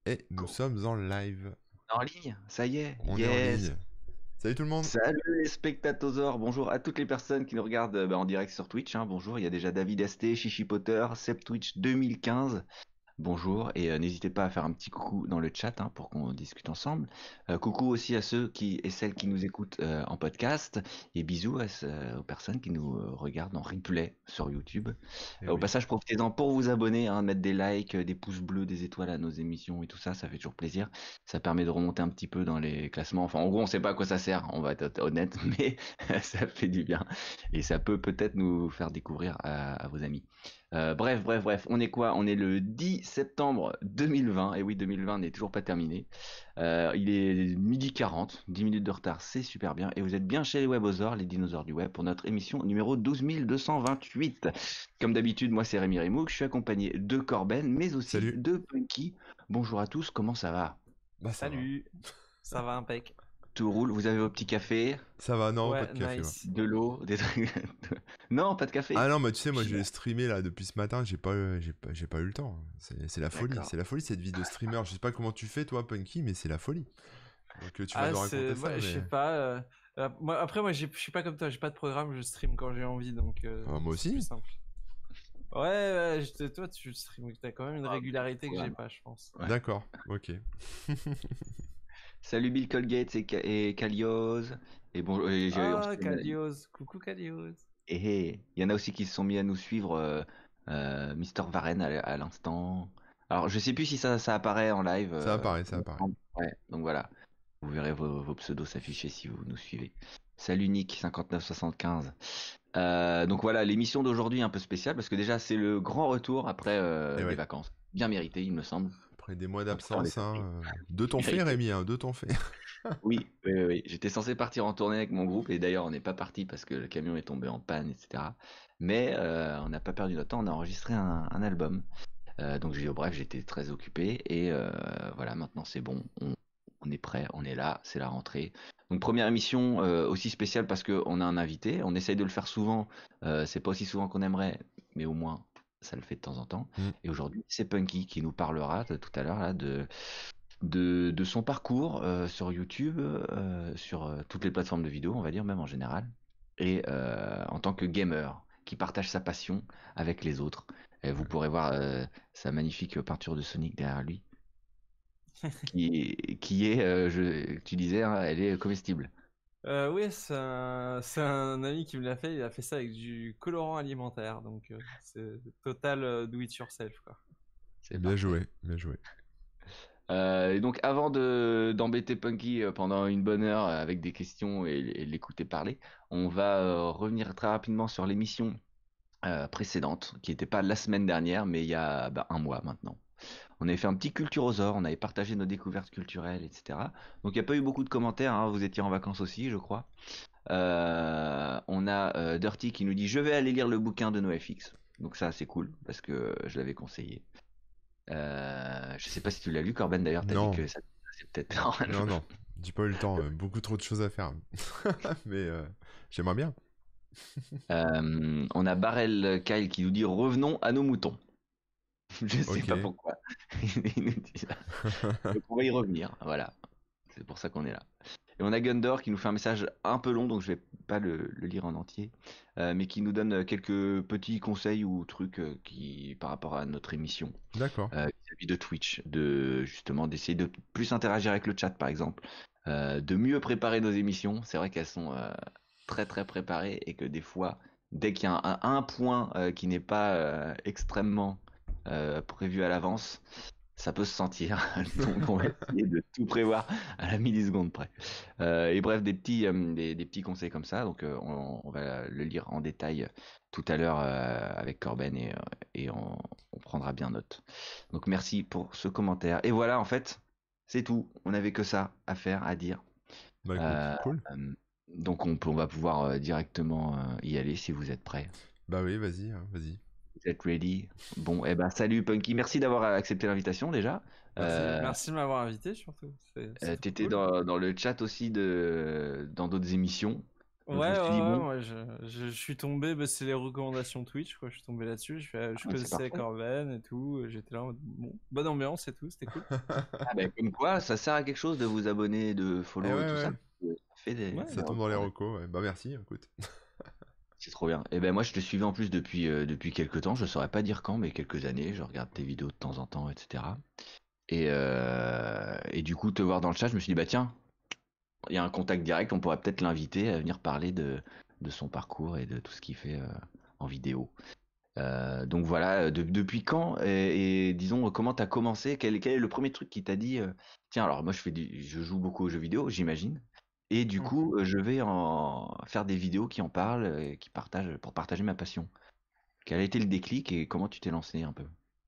Et nous sommes en live. En ligne, ça y est, On est en yes. ligne. Salut tout le monde. Salut les spectatosaures, bonjour à toutes les personnes qui nous regardent en direct sur Twitch, hein. Bonjour, il y a déjà David ST, Chichi Potter, Twitch 2015. Bonjour, et n'hésitez pas à faire un petit coucou dans le chat, hein, pour qu'on discute ensemble. Coucou aussi à ceux et celles qui nous écoutent en podcast, et bisous aux personnes qui nous regardent en replay sur YouTube. Eh Au oui. passage, profitez-en pour vous abonner, hein, mettre des likes, des pouces bleus, des étoiles à nos émissions et tout ça, ça fait toujours plaisir. Ça permet de remonter un petit peu dans les classements. Enfin, en gros, on sait pas à quoi ça sert, on va être honnête, mais ça fait du bien. Et ça peut peut-être nous faire découvrir à vos amis. Bref, on est quoi? On est le 10 septembre 2020, et oui, 2020 n'est toujours pas terminé. Il est midi 40, 10 minutes de retard, c'est super bien. Et vous êtes bien chez les Webosaures, les dinosaures du web, pour notre émission numéro 12228. Comme d'habitude, moi c'est Rémi Remouk, je suis accompagné de Corben, mais aussi Salut. de Punky. Bonjour à tous, comment ça va? Bah ça va. Salut, ça va impec. Tout roule, vous avez vos petits cafés, Ça va, non, pas Ouais, de café moi. nice. de l'eau, des trucs... Non, pas de café? Ah non, mais tu sais, moi Chiant. j'ai streamé là depuis ce matin, j'ai pas eu le temps. C'est la folie, D'accord. c'est la folie cette vie de streamer. Je sais pas comment tu fais toi, Punky, mais c'est la folie. Donc tu vas Ah, nous c'est. raconter ça, Moi, je sais mais pas. Moi, je suis pas comme toi, j'ai pas de programme, je stream quand j'ai envie, donc moi c'est plus aussi. simple. Ouais, toi, tu stream, t'as quand même une Ah, régularité que ouais. j'ai pas, je pense. Ouais. D'accord, ok. Salut Bill Colgate et Kalios. Et bon, Ah, Kalios, coucou Kalios. il y en a aussi qui se sont mis à nous suivre, Mister Varenne à l'instant. Alors, je sais plus si ça apparaît en live. Ça apparaît, ça apparaît. Ouais, donc voilà. Vous verrez vos pseudos s'afficher si vous nous suivez. Salut Nick 5975. Donc voilà, l'émission d'aujourd'hui est un peu spéciale parce que déjà c'est le grand retour après Et des ouais. vacances. Bien mérité, il me semble. Après des mois En tout cas, on les d'absence, a hein, pris. de ton fait, Mérité. Rémi, hein, de ton fait. Oui. J'étais censé partir en tournée avec mon groupe et d'ailleurs on n'est pas parti parce que le camion est tombé en panne, etc. Mais on n'a pas perdu notre temps, on a enregistré un album. Donc bref, j'étais très occupé et voilà, maintenant c'est bon, on est prêt, on est là, c'est la rentrée. Donc première émission aussi spéciale parce qu'on a un invité, on essaye de le faire souvent, c'est pas aussi souvent qu'on aimerait, mais au moins ça le fait de temps en temps. Mm. Et aujourd'hui c'est Punky qui nous parlera tout à l'heure là de son parcours sur YouTube, sur toutes les plateformes de vidéo, on va dire même en général, et en tant que gamer qui partage sa passion avec les autres. Et vous pourrez voir sa magnifique peinture de Sonic derrière lui, qui est, tu disais, hein, elle est comestible. Oui, c'est un ami qui me l'a fait, il a fait ça avec du colorant alimentaire, donc c'est total do it yourself, quoi. C'est Bien parfait. joué, bien joué. Et donc avant d'embêter Punky pendant une bonne heure avec des questions et l'écouter parler, on va revenir très rapidement sur l'émission précédente, qui n'était pas la semaine dernière, mais il y a un mois maintenant. On avait fait un petit culturosaure, on avait partagé nos découvertes culturelles, etc. Donc il n'y a pas eu beaucoup de commentaires, hein, vous étiez en vacances aussi, je crois. On a Dirty qui nous dit: je vais aller lire le bouquin de NoFX. Donc ça c'est cool, parce que je l'avais conseillé. Je sais pas si tu l'as lu, Corben, d'ailleurs, t'as dit Non, que ça c'est peut-être... non, j'ai pas eu le temps, beaucoup trop de choses à faire. Mais j'aimerais bien. On a Barrel Kyle qui nous dit: revenons à nos moutons. Je sais pas Ok. pourquoi. Il nous dit ça. Donc on va y revenir, voilà. C'est pour ça qu'on est là. Et on a Gundor qui nous fait un message un peu long, donc je vais pas le lire en entier, mais qui nous donne quelques petits conseils ou trucs par rapport à notre émission, D'accord. vis-à-vis de Twitch, de justement d'essayer de plus interagir avec le chat par exemple, de mieux préparer nos émissions. C'est vrai qu'elles sont très très préparées et que des fois, dès qu'il y a un point qui n'est pas extrêmement prévu à l'avance, ça peut se sentir. Donc on va essayer de tout prévoir à la milliseconde près. Et bref, des petits conseils comme ça. Donc on va le lire en détail tout à l'heure avec Corben et on prendra bien note. Donc merci pour ce commentaire. Et voilà, en fait, c'est tout. On n'avait que ça à faire, à dire. Bah écoute, Euh, cool. donc on va pouvoir directement y aller si vous êtes prêts. Bah oui, vas-y, hein, vas-y. Vous êtes ready? Bon, eh ben salut Punky, merci d'avoir accepté l'invitation déjà. Merci. Merci de m'avoir invité, surtout. C'est trop T'étais cool. dans le chat aussi dans d'autres émissions. Donc je me suis dit, bon, moi je suis tombé, bah, c'est les recommandations Twitch, quoi. Je suis tombé là-dessus, je c'est connaissais parfait. Corben et tout, j'étais là en mode, bon, bonne ambiance et tout, c'était cool. Ah, ben, comme quoi, ça sert à quelque chose de vous abonner, de Eh ouais, follow et tout ça. ouais, Ça fait Ouais, des ça tombe dans les recommandations. recos, ouais. Bah merci, écoute. C'est trop bien. Et ben moi, je te suivais en plus depuis quelques temps. Je saurais pas dire quand, mais quelques années. Je regarde tes vidéos de temps en temps, etc. Et du coup, te voir dans le chat, je me suis dit, bah tiens, il y a un contact direct. On pourrait peut-être l'inviter à venir parler de son parcours et de tout ce qu'il fait en vidéo. Donc voilà, depuis quand et disons comment t'as commencé, quel est le premier truc qui t'a dit tiens alors moi je joue beaucoup aux jeux vidéo j'imagine et du Mhm. coup je vais en faire des vidéos qui en parlent qui partagent pour partager ma passion. Quel a été le déclic et comment tu t'es lancé un peu?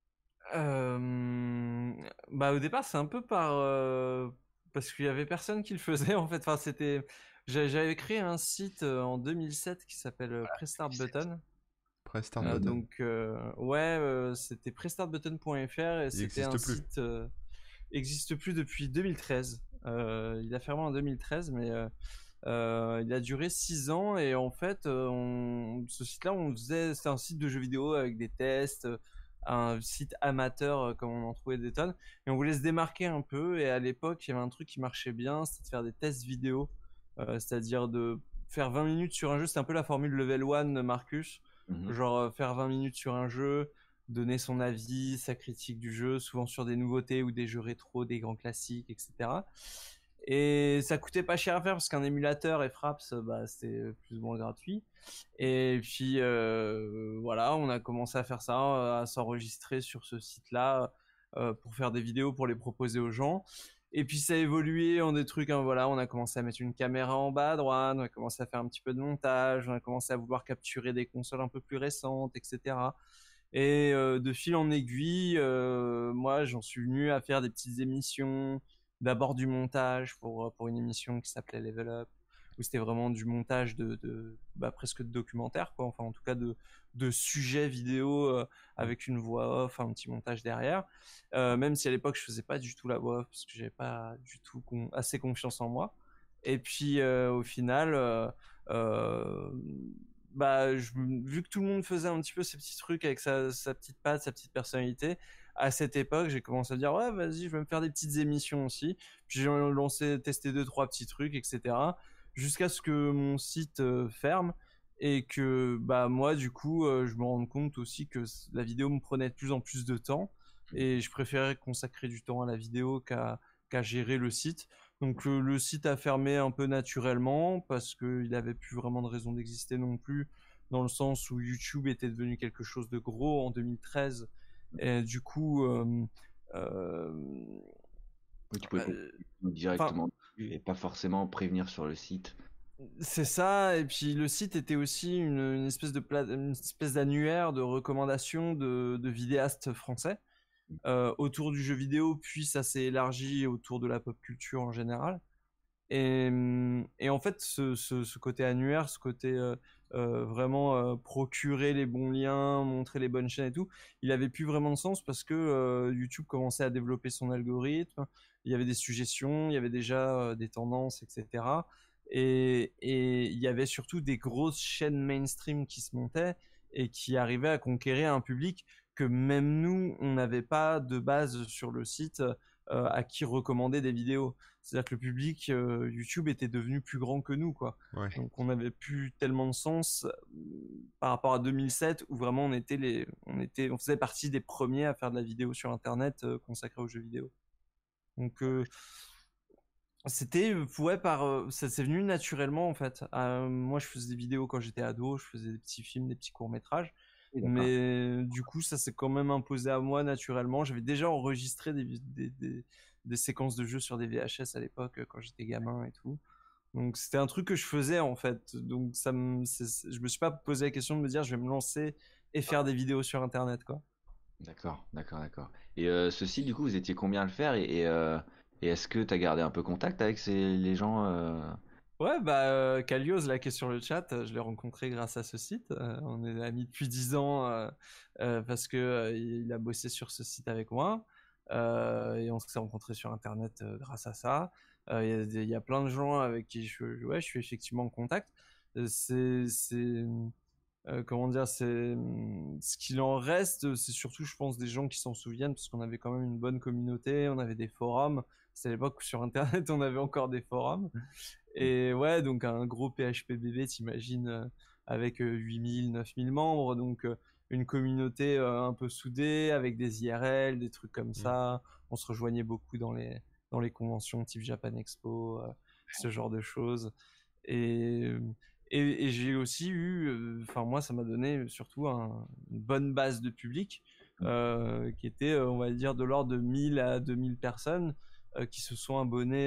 Euh, Bah au départ c'est un peu parce qu'il y avait personne qui le faisait en fait. Enfin j'avais créé un site en 2007 qui s'appelle Prestart Button. Press Start Button. C'était prestartbutton.fr et Il c'était un n'existe plus. site existe plus depuis 2013. Il a fermé en 2013, mais il a duré 6 ans et en fait, ce site-là, c'était un site de jeux vidéo avec des tests, un site amateur comme on en trouvait des tonnes. Et on voulait se démarquer un peu. Et à l'époque, il y avait un truc qui marchait bien, c'était de faire des tests vidéo, c'est-à-dire de faire 20 minutes sur un jeu. C'était un peu la formule Level 1 Marcus, Mhm. genre faire 20 minutes sur un jeu, donner son avis, sa critique du jeu, souvent sur des nouveautés ou des jeux rétro, des grands classiques, etc. Et ça coûtait pas cher à faire parce qu'un émulateur et Fraps, bah, c'était plus ou moins gratuit. Et puis voilà, on a commencé à faire ça, à s'enregistrer sur ce site-là pour faire des vidéos, pour les proposer aux gens. Et puis ça a évolué en des trucs, hein, voilà, on a commencé à mettre une caméra en bas à droite, on a commencé à faire un petit peu de montage, on a commencé à vouloir capturer des consoles un peu plus récentes, etc. Et de fil en aiguille, moi, j'en suis venu à faire des petites émissions, d'abord du montage pour une émission qui s'appelait Level Up, où c'était vraiment du montage bah, presque de documentaire, quoi. Enfin, en tout cas, de sujets vidéo avec une voix off, un petit montage derrière. Même si à l'époque, je faisais pas du tout la voix off, parce que j'avais pas du tout assez confiance en moi. Et puis, au final, euh, bah, vu que tout le monde faisait un petit peu ces petits trucs avec sa petite patte, sa petite personnalité, à cette époque, j'ai commencé à dire ouais, vas-y, je vais me faire des petites émissions aussi. Puis j'ai lancé, testé deux, trois petits trucs, etc. Jusqu'à ce que mon site ferme et que bah moi, du coup, je me rende compte aussi que la vidéo me prenait de plus en plus de temps et je préférais consacrer du temps à la vidéo qu'à gérer le site. Donc le site a fermé un peu naturellement parce qu'il n'avait plus vraiment de raison d'exister non plus, dans le sens où YouTube était devenu quelque chose de gros en 2013. Et du coup, euh, Oui, tu pouvais publier euh, enfin, directement dessus et pas forcément prévenir sur le site. c'est ça. Et puis le site était aussi une espèce une espèce d'annuaire de recommandations de vidéastes français autour du jeu vidéo. Puis ça s'est élargi autour de la pop culture en général. Et en fait, ce côté annuaire, ce côté vraiment procurer les bons liens, montrer les bonnes chaînes et tout, il avait plus vraiment de sens parce que YouTube commençait à développer son algorithme, il y avait des suggestions, il y avait déjà des tendances, etc. Et il y avait surtout des grosses chaînes mainstream qui se montaient et qui arrivaient à conquérir un public que même nous, on n'avait pas de base sur le site à qui recommander des vidéos. C'est-à-dire que le public YouTube était devenu plus grand que nous, quoi. Ouais. Donc on n'avait plus tellement de sens par rapport à 2007 où vraiment on faisait partie des premiers à faire de la vidéo sur Internet consacrée aux jeux vidéo. Donc c'était ouais ça s'est venu naturellement en fait. Moi je faisais des vidéos quand j'étais ado, je faisais des petits films, des petits courts-métrages. Oui, d'accord. Mais du coup, ça s'est quand même imposé à moi naturellement. J'avais déjà enregistré des séquences de jeux sur des VHS à l'époque quand j'étais gamin et tout. Donc c'était un truc que je faisais en fait. Donc je me suis pas posé la question de me dire je vais me lancer et faire des vidéos sur Internet quoi. D'accord, d'accord, d'accord. Et ce site, du coup, vous étiez combien à le faire et est-ce que tu as gardé un peu contact avec les gens Ouais, bah, Kalios, là, qui est sur le chat, je l'ai rencontré grâce à ce site. On est amis depuis 10 ans parce que il a bossé sur ce site avec moi. Et on s'est rencontrés sur Internet grâce à ça. Il y a plein de gens avec qui ouais, je suis effectivement en contact. c'est comment dire, ce qu'il en reste, c'est surtout, je pense, des gens qui s'en souviennent, parce qu'on avait quand même une bonne communauté, on avait des forums. C'était à l'époque où sur Internet, on avait encore des forums. Et ouais, donc un gros PHPBB, t'imagines, avec 8000, 9000 membres, donc une communauté un peu soudée, avec des IRL, des trucs comme ça. On se rejoignait beaucoup dans les conventions type Japan Expo, ce genre de choses. Et, et j'ai aussi eu, enfin moi, ça m'a donné surtout une bonne base de public, qui était, on va dire, de l'ordre de 1000 à 2000 personnes qui se sont abonnés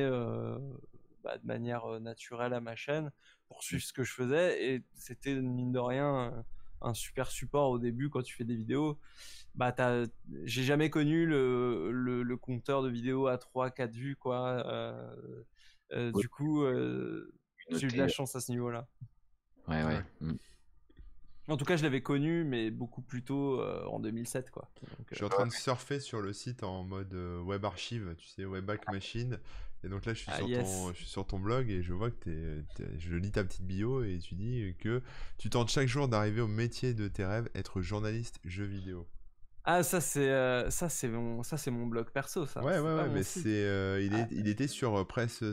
de manière naturelle à ma chaîne pour suivre ce que je faisais. Et c'était, mine de rien, un super support au début quand tu fais des vidéos. J'ai jamais connu le compteur de vidéos à 3-4 vues, quoi. Ouais. Du coup, j'ai eu de la chance à ce niveau-là. Ouais. Ouais. En tout cas, je l'avais connu, mais beaucoup plus tôt, en 2007, quoi. Donc, Je suis en train de surfer sur le site en mode web archive, tu sais, Webback Machine. Et donc là, je suis sur ton blog et je vois que je lis ta petite bio et tu dis que tu tentes chaque jour d'arriver au métier de tes rêves, être journaliste jeux vidéo. Ah, ça c'est mon blog perso, ça. Ouais, C'est ouais, pas ouais, mon mais site. il était sur Ouais, il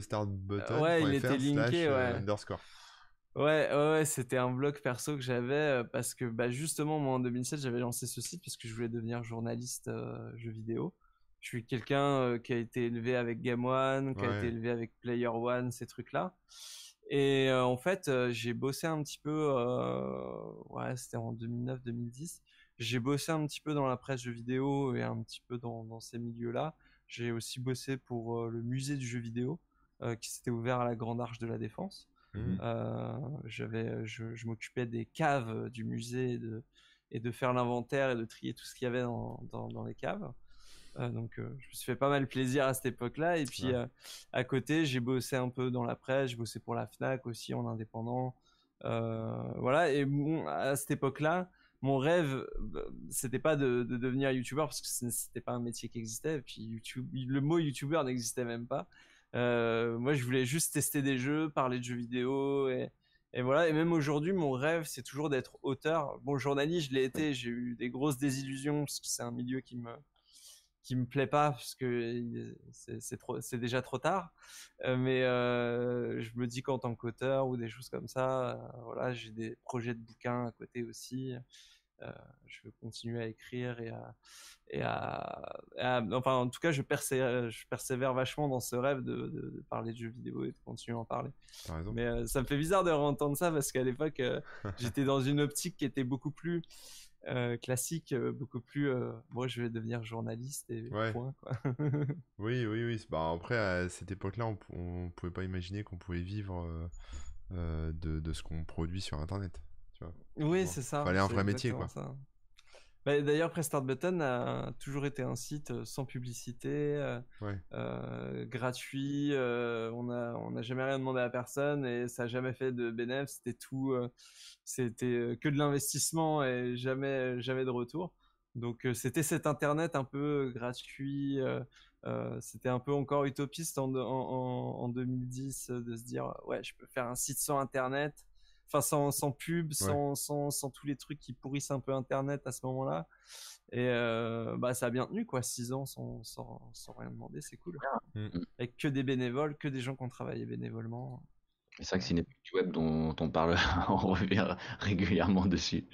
était linké, ouais. presstartbutton.fr/_. Ouais, c'était un blog perso que j'avais parce que justement, moi en 2007, j'avais lancé ce site parce que je voulais devenir journaliste jeux vidéo. Je suis quelqu'un qui a été élevé avec Game One, qui a été Ouais. élevé avec Player One, ces trucs-là. Et en fait, j'ai bossé un petit peu, ouais, c'était en 2009-2010. J'ai bossé un petit peu dans la presse jeux vidéo et un petit peu dans ces milieux-là. J'ai aussi bossé pour le musée du jeu vidéo qui s'était ouvert à la Grande Arche de la Défense. Mhm. Je m'occupais des caves du musée et de faire l'inventaire et de trier tout ce qu'il y avait dans les caves. Donc je me suis fait pas mal plaisir à cette époque-là. Et puis Ouais. à côté, j'ai bossé un peu dans la presse, j'ai bossé pour la Fnac aussi en indépendant. Voilà, et bon, à cette époque-là, mon rêve, c'était pas de devenir youtubeur parce que c'était pas un métier qui existait. Et puis YouTube, le mot youtubeur n'existait même pas. Moi, je voulais juste tester des jeux, parler de jeux vidéo et voilà. Et même aujourd'hui, mon rêve, c'est toujours d'être auteur. Bon, journaliste, je l'ai été. J'ai eu des grosses désillusions parce que c'est un milieu qui me plaît pas parce que c'est déjà trop tard. Mais je me dis qu'en tant qu'auteur ou des choses comme ça, voilà, j'ai des projets de bouquins à côté aussi. Je veux continuer à écrire enfin, en tout cas, je persévère vachement dans ce rêve de parler de jeux vidéo et de continuer à en parler. T'as raison. Mais ça me fait bizarre de réentendre ça parce qu'à l'époque, j'étais dans une optique qui était beaucoup plus classique, beaucoup plus. Moi, je vais devenir journaliste et Ouais. point, quoi. Oui. Bah, après, à cette époque-là, on pouvait pas imaginer qu'on pouvait vivre de ce qu'on produit sur Internet. Tu vois. Oui, Bon. c'est ça. Fallait un C'est vrai métier, exactement quoi. ça. D'ailleurs, Prestart Button a toujours été un site sans publicité, Ouais. gratuit. On n'a jamais rien demandé à personne et ça n'a jamais fait de bénéfice. C'était tout, c'était que de l'investissement et jamais de retour. Donc c'était cet internet un peu gratuit. C'était un peu encore utopiste en 2010 de se dire ouais, je peux faire un site sans internet. Enfin, sans pub, Ouais. sans tous les trucs qui pourrissent un peu Internet à ce moment-là. Et ça a bien tenu, quoi, 6 ans sans rien demander, c'est cool. Mm. Avec que des bénévoles, que des gens qui ont travaillé bénévolement. C'est vrai que c'est une époque du web dont on parle, on revient régulièrement dessus.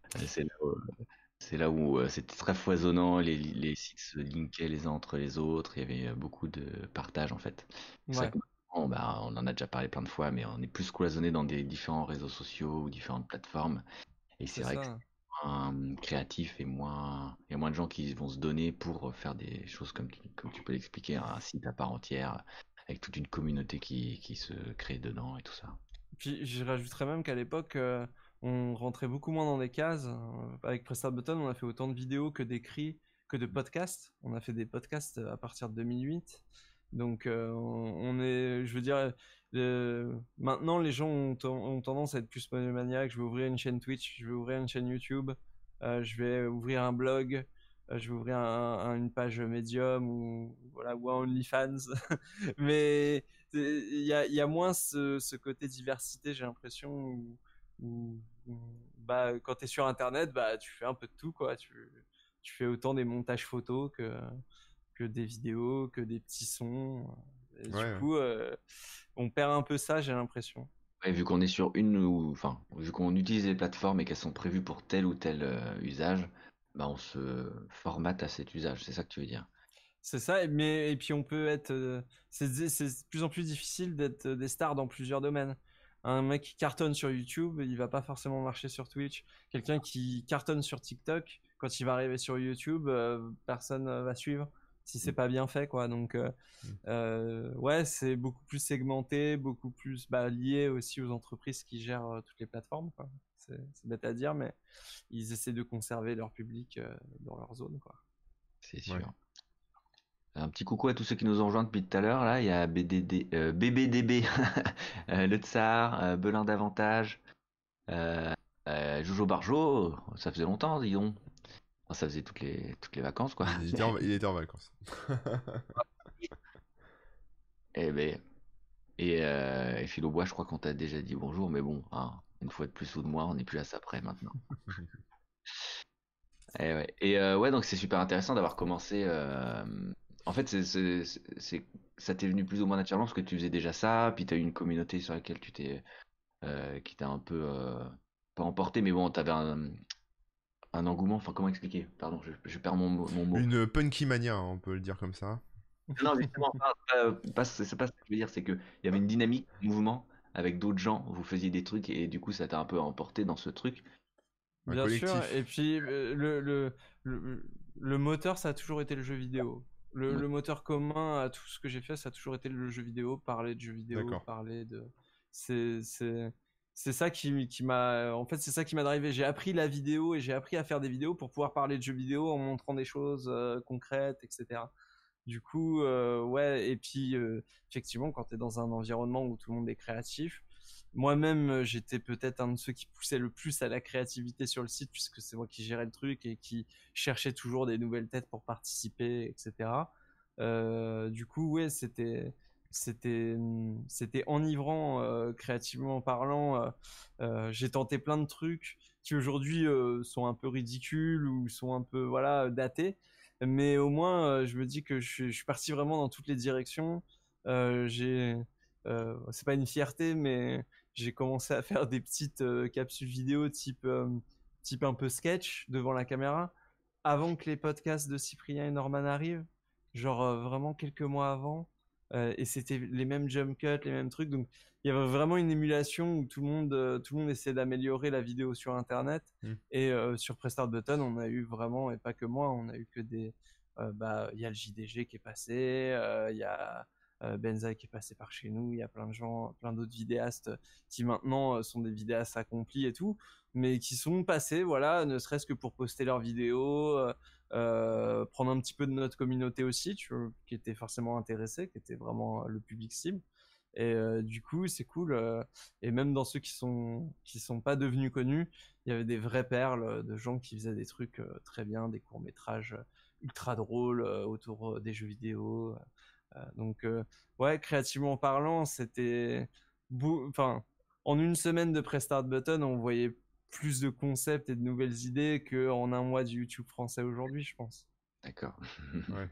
C'est là où c'était très foisonnant, les sites se linkaient les uns entre les autres, il y avait beaucoup de partage en fait. C'est vrai Ouais, que maintenant, on en a déjà parlé plein de fois, mais on est plus cloisonné dans des différents réseaux sociaux ou différentes plateformes. Et c'est c'est vrai que ça. c'est moins créatif et il y a moins de gens qui vont se donner pour faire des choses comme tu peux l'expliquer, un site à part entière, avec toute une communauté qui se crée dedans et tout ça. Puis je rajouterais même qu'à l'époque, on rentrait beaucoup moins dans des cases. Avec Prestart Button, on a fait autant de vidéos que d'écrits, que de podcasts. On a fait des podcasts à partir de 2008. Donc on est, je veux dire, maintenant les gens ont tendance à être plus monomaniaques. Je vais ouvrir une chaîne Twitch, je vais ouvrir une chaîne YouTube, je vais ouvrir un blog, je vais ouvrir une page Medium ou voilà ou un OnlyFans. Mais il y a moins ce côté diversité, j'ai l'impression, où bah, quand tu es sur Internet, bah, tu fais un peu de tout, quoi. Tu fais autant des montages photos que des vidéos, que des petits sons. Et du coup, on perd un peu ça, j'ai l'impression. Ouais, vu qu'on est sur vu qu'on utilise les plateformes et qu'elles sont prévues pour tel ou tel usage, bah on se formate à cet usage, c'est ça que tu veux dire. C'est ça, et puis on peut être. C'est de plus en plus difficile d'être des stars dans plusieurs domaines. Un mec qui cartonne sur YouTube, il va pas forcément marcher sur Twitch. Quelqu'un qui cartonne sur TikTok, quand il va arriver sur YouTube, personne va suivre si c'est pas bien fait, quoi. Donc, ouais, c'est beaucoup plus segmenté, beaucoup plus lié aussi aux entreprises qui gèrent toutes les plateformes, quoi. C'est bête à dire, mais ils essaient de conserver leur public dans leur zone, quoi. C'est sûr. Un petit coucou à tous ceux qui nous ont rejoints depuis tout à l'heure. Là, il y a BBDB, le Tsar, Belin davantage, Jojo Barjo. Ça faisait longtemps, dis donc. Enfin, ça faisait toutes les vacances, quoi. Il était en vacances. Et Philo Bois, je crois qu'on t'a déjà dit bonjour, mais bon, hein, une fois de plus ou de moins, on n'est plus à ça près maintenant. Ouais, donc c'est super intéressant d'avoir commencé. En fait, ça t'est venu plus ou moins naturellement parce que tu faisais déjà ça, puis tu as eu une communauté sur laquelle qui t'a un peu, pas emporté, mais bon, t'avais un engouement. Enfin, comment expliquer? Pardon, je perds mon mot. Une punky mania, on peut le dire comme ça. Non, justement, c'est pas ce que je veux dire, c'est qu'il y avait une dynamique, un mouvement avec d'autres gens, vous faisiez des trucs et du coup ça t'a un peu emporté dans ce truc. Bien sûr, et puis le moteur, ça a toujours été le jeu vidéo. Le moteur commun à tout ce que j'ai fait, ça a toujours été le jeu vidéo, parler de jeux vidéo, parler de... C'est ça qui m'a... En fait, c'est ça qui m'a drivé. J'ai appris la vidéo et j'ai appris à faire des vidéos pour pouvoir parler de jeux vidéo en montrant des choses concrètes, etc. Du coup, ouais, et puis effectivement, quand tu es dans un environnement où tout le monde est créatif, moi-même, j'étais peut-être un de ceux qui poussait le plus à la créativité sur le site, puisque c'est moi qui gérais le truc et qui cherchais toujours des nouvelles têtes pour participer, etc. Du coup, ouais, c'était enivrant créativement parlant. J'ai tenté plein de trucs qui aujourd'hui sont un peu ridicules ou sont un peu datés. Mais au moins, je me dis que je suis parti vraiment dans toutes les directions. C'est pas une fierté, mais j'ai commencé à faire des petites capsules vidéo type un peu sketch devant la caméra avant que les podcasts de Cyprien et Norman arrivent, genre vraiment quelques mois avant. Et c'était les mêmes jump cuts, les mêmes trucs. Donc il y avait vraiment une émulation où tout le monde essaie d'améliorer la vidéo sur Internet. Et sur Prestart Button, on a eu vraiment, et pas que moi, on a eu que des... Il y a le JDG qui est passé, il y a Benza qui est passé par chez nous, il y a plein de gens, plein d'autres vidéastes qui maintenant sont des vidéastes accomplis et tout, mais qui sont passés, voilà, ne serait-ce que pour poster leurs vidéos, prendre un petit peu de notre communauté aussi, qui était forcément intéressée, qui était vraiment le public cible. Et du coup, c'est cool. Et même dans ceux qui sont pas devenus connus, il y avait des vraies perles de gens qui faisaient des trucs très bien, des courts-métrages ultra drôles autour des jeux vidéo. Donc, ouais, créativement parlant, c'était... Enfin, en une semaine de Prestart Button, on voyait plus de concepts et de nouvelles idées qu'en un mois du YouTube français aujourd'hui, je pense. D'accord. Ouais.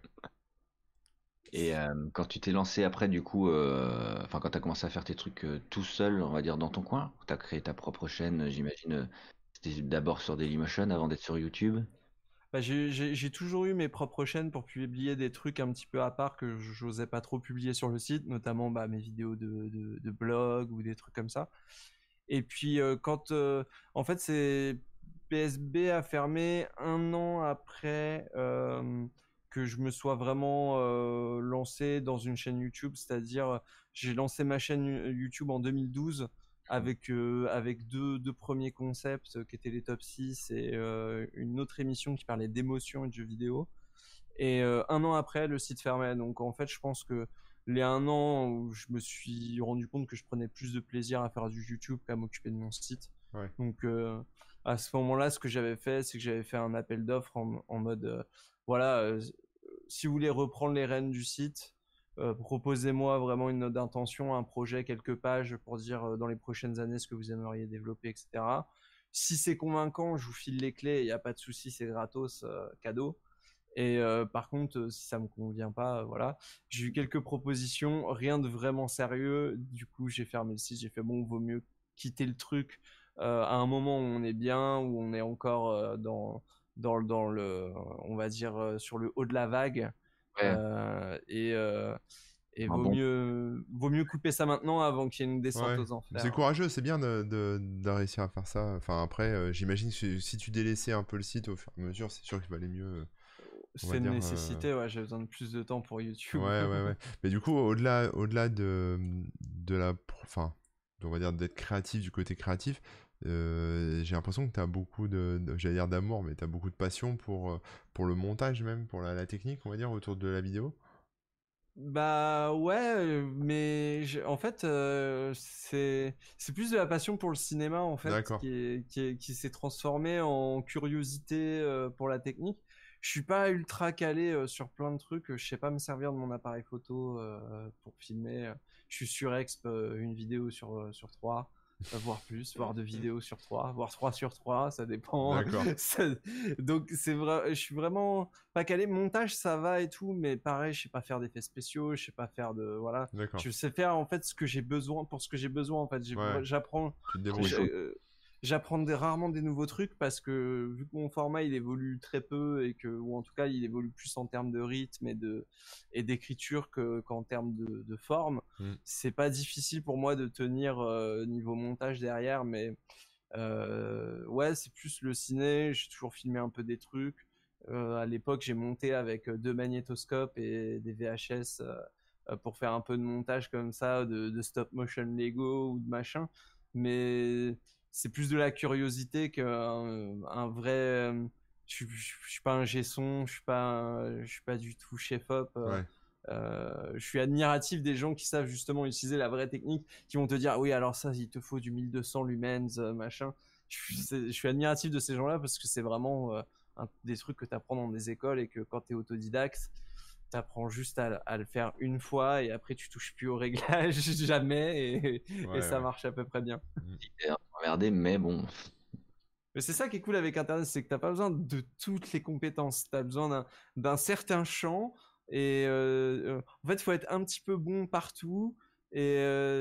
Et quand tu t'es lancé après, du coup, quand tu as commencé à faire tes trucs tout seul, on va dire dans ton coin, tu as créé ta propre chaîne, j'imagine, c'était d'abord sur Dailymotion avant d'être sur YouTube. J'ai toujours eu mes propres chaînes pour publier des trucs un petit peu à part que j'osais pas trop publier sur le site, notamment mes vidéos de blog ou des trucs comme ça. Et puis en fait, c'est PSB a fermé un an après que je me sois vraiment lancé dans une chaîne YouTube, c'est-à-dire j'ai lancé ma chaîne YouTube en 2012 avec deux premiers concepts qui étaient les top 6 et une autre émission qui parlait d'émotion et de jeux vidéo. Et un an après, le site fermait. Donc en fait, je pense que les un an où je me suis rendu compte que je prenais plus de plaisir à faire du YouTube qu'à m'occuper de mon site. Ouais. Donc à ce moment-là, ce que j'avais fait, c'est que j'avais fait un appel d'offres en mode si vous voulez reprendre les rênes du site, proposez-moi vraiment une note d'intention, un projet, quelques pages pour dire dans les prochaines années ce que vous aimeriez développer, etc. Si c'est convaincant, je vous file les clés, il n'y a pas de souci, c'est gratos, cadeau. Et par contre, si ça me convient pas, voilà. J'ai eu quelques propositions, rien de vraiment sérieux. Du coup, j'ai fermé le site. J'ai fait bon, vaut mieux quitter le truc à un moment où on est bien, où on est encore dans le, on va dire sur le haut de la vague. Ouais. Et vaut mieux couper ça maintenant avant qu'il y ait une descente aux enfers. C'est courageux, c'est bien de réussir à faire ça. Enfin, après, j'imagine que si tu délaissais un peu le site au fur et à mesure, c'est sûr qu'il valait mieux. C'est une nécessité, ouais, j'ai besoin de plus de temps pour YouTube. Ouais. Mais du coup, au-delà de la... Enfin, on va dire d'être créatif du côté créatif, j'ai l'impression que tu as beaucoup j'allais dire d'amour, mais tu as beaucoup de passion pour le montage même, pour la technique, on va dire, autour de la vidéo. Bah ouais, mais en fait, c'est plus de la passion pour le cinéma en fait qui s'est transformé en curiosité pour la technique. Je suis pas ultra calé sur plein de trucs. Je sais pas me servir de mon appareil photo pour filmer. Je suis sur Exp une vidéo sur 3. Voire plus, voire 2 vidéos sur 3, voire 3 sur 3, ça dépend. Donc c'est vrai, je suis vraiment pas calé. Montage ça va et tout, mais pareil, je sais pas faire d'effets spéciaux, je sais pas faire de voilà. Je sais faire en fait ce que j'ai besoin pour ce que j'ai besoin en fait. J'apprends. J'apprends rarement des nouveaux trucs parce que vu que mon format il évolue très peu et que ou en tout cas il évolue plus en termes de rythme et d'écriture qu'en termes de forme, c'est pas difficile pour moi de tenir niveau montage derrière, mais ouais, c'est plus le ciné. J'ai toujours filmé un peu des trucs. À l'époque, j'ai monté avec 2 magnétoscopes et des VHS pour faire un peu de montage comme ça, de stop motion Lego ou de machin. Mais c'est plus de la curiosité qu'un vrai. Je suis pas un G-son, je suis pas du tout chef-op. Je suis admiratif des gens qui savent justement utiliser la vraie technique, qui vont te dire oui alors ça il te faut du 1200 lumens machin. Je suis admiratif de ces gens-là parce que c'est vraiment des trucs que tu apprends dans des écoles et que quand tu es autodidacte tu apprends juste à le faire une fois et après tu touches plus au réglage jamais et ça marche à peu près bien. Emmerdé, mais bon. Mais c'est ça qui est cool avec Internet, c'est que t'as pas besoin de toutes les compétences, t'as besoin d'un certain champ et en fait il faut être un petit peu bon partout et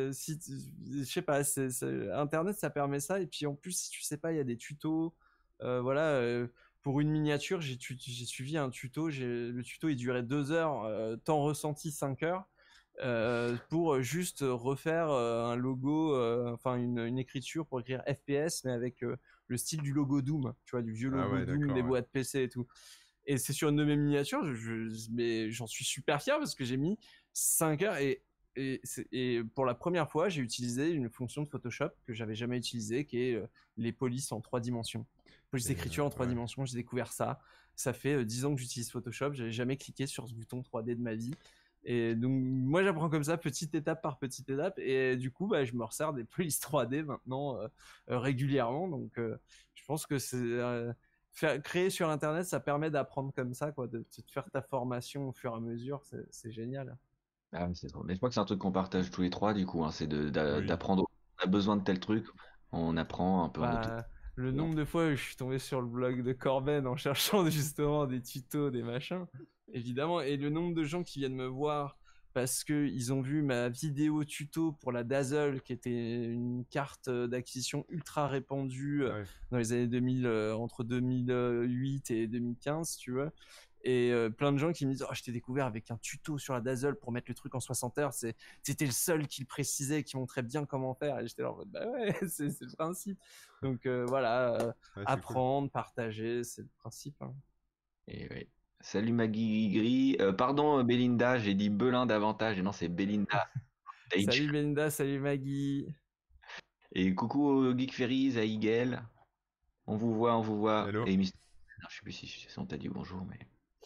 je sais pas, Internet ça permet ça et puis en plus si tu sais pas il y a des tutos, voilà. Pour une miniature j'ai suivi un tuto, le tuto il durait 2 heures, temps ressenti 5 heures. Pour juste refaire un logo, enfin une écriture pour écrire FPS, mais avec le style du logo Doom, tu vois, du vieux logo Doom des boîtes PC et tout. Et c'est sur une de mes miniatures, mais j'en suis super fier parce que j'ai mis 5 heures et pour la première fois, j'ai utilisé une fonction de Photoshop que j'avais jamais utilisée, qui est les polices en 3 dimensions. Police d'écriture en 3 dimensions, j'ai découvert ça. Ça fait 10 ans que j'utilise Photoshop, j'avais jamais cliqué sur ce bouton 3D de ma vie. Et donc moi j'apprends comme ça petite étape par petite étape et du coup je me resserre des polices 3D maintenant régulièrement, donc je pense que c'est créer sur internet ça permet d'apprendre comme ça quoi, de faire ta formation au fur et à mesure, c'est génial. Ah, c'est trop. Mais je crois que c'est un truc qu'on partage tous les trois du coup, hein, c'est d'apprendre. On a besoin de tel truc, on apprend un peu en tout. Le nombre de fois où je suis tombé sur le blog de Corben en cherchant justement des tutos, des machins, évidemment, et le nombre de gens qui viennent me voir parce qu'ils ont vu ma vidéo tuto pour la Dazzle, qui était une carte d'acquisition ultra répandue dans les années 2000, entre 2008 et 2015, tu vois. Et plein de gens qui me disent je t'ai découvert avec un tuto sur la Dazzle pour mettre le truc en 60 heures, c'était le seul qui le précisait, qui montrait bien comment faire, et j'étais là en mode bah ouais c'est le principe, donc voilà, apprendre, cool. Partager, c'est le principe hein. Et oui. Salut Maggie Gris, pardon Belinda, j'ai dit Belin davantage et non c'est Belinda. Salut Belinda, salut Maggie. Et coucou Geek Ferry, Zaïgel, on vous voit. Hello. Et non, je sais plus si on t'a dit bonjour mais...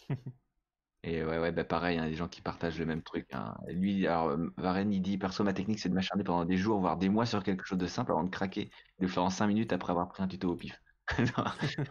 Et ouais, bah pareil, hein, des gens qui partagent le même truc. Hein. Lui, alors, Varenne, il dit perso, ma technique, c'est de m'acharner pendant des jours, voire des mois sur quelque chose de simple avant de craquer, de le faire en 5 minutes après avoir pris un tuto au pif.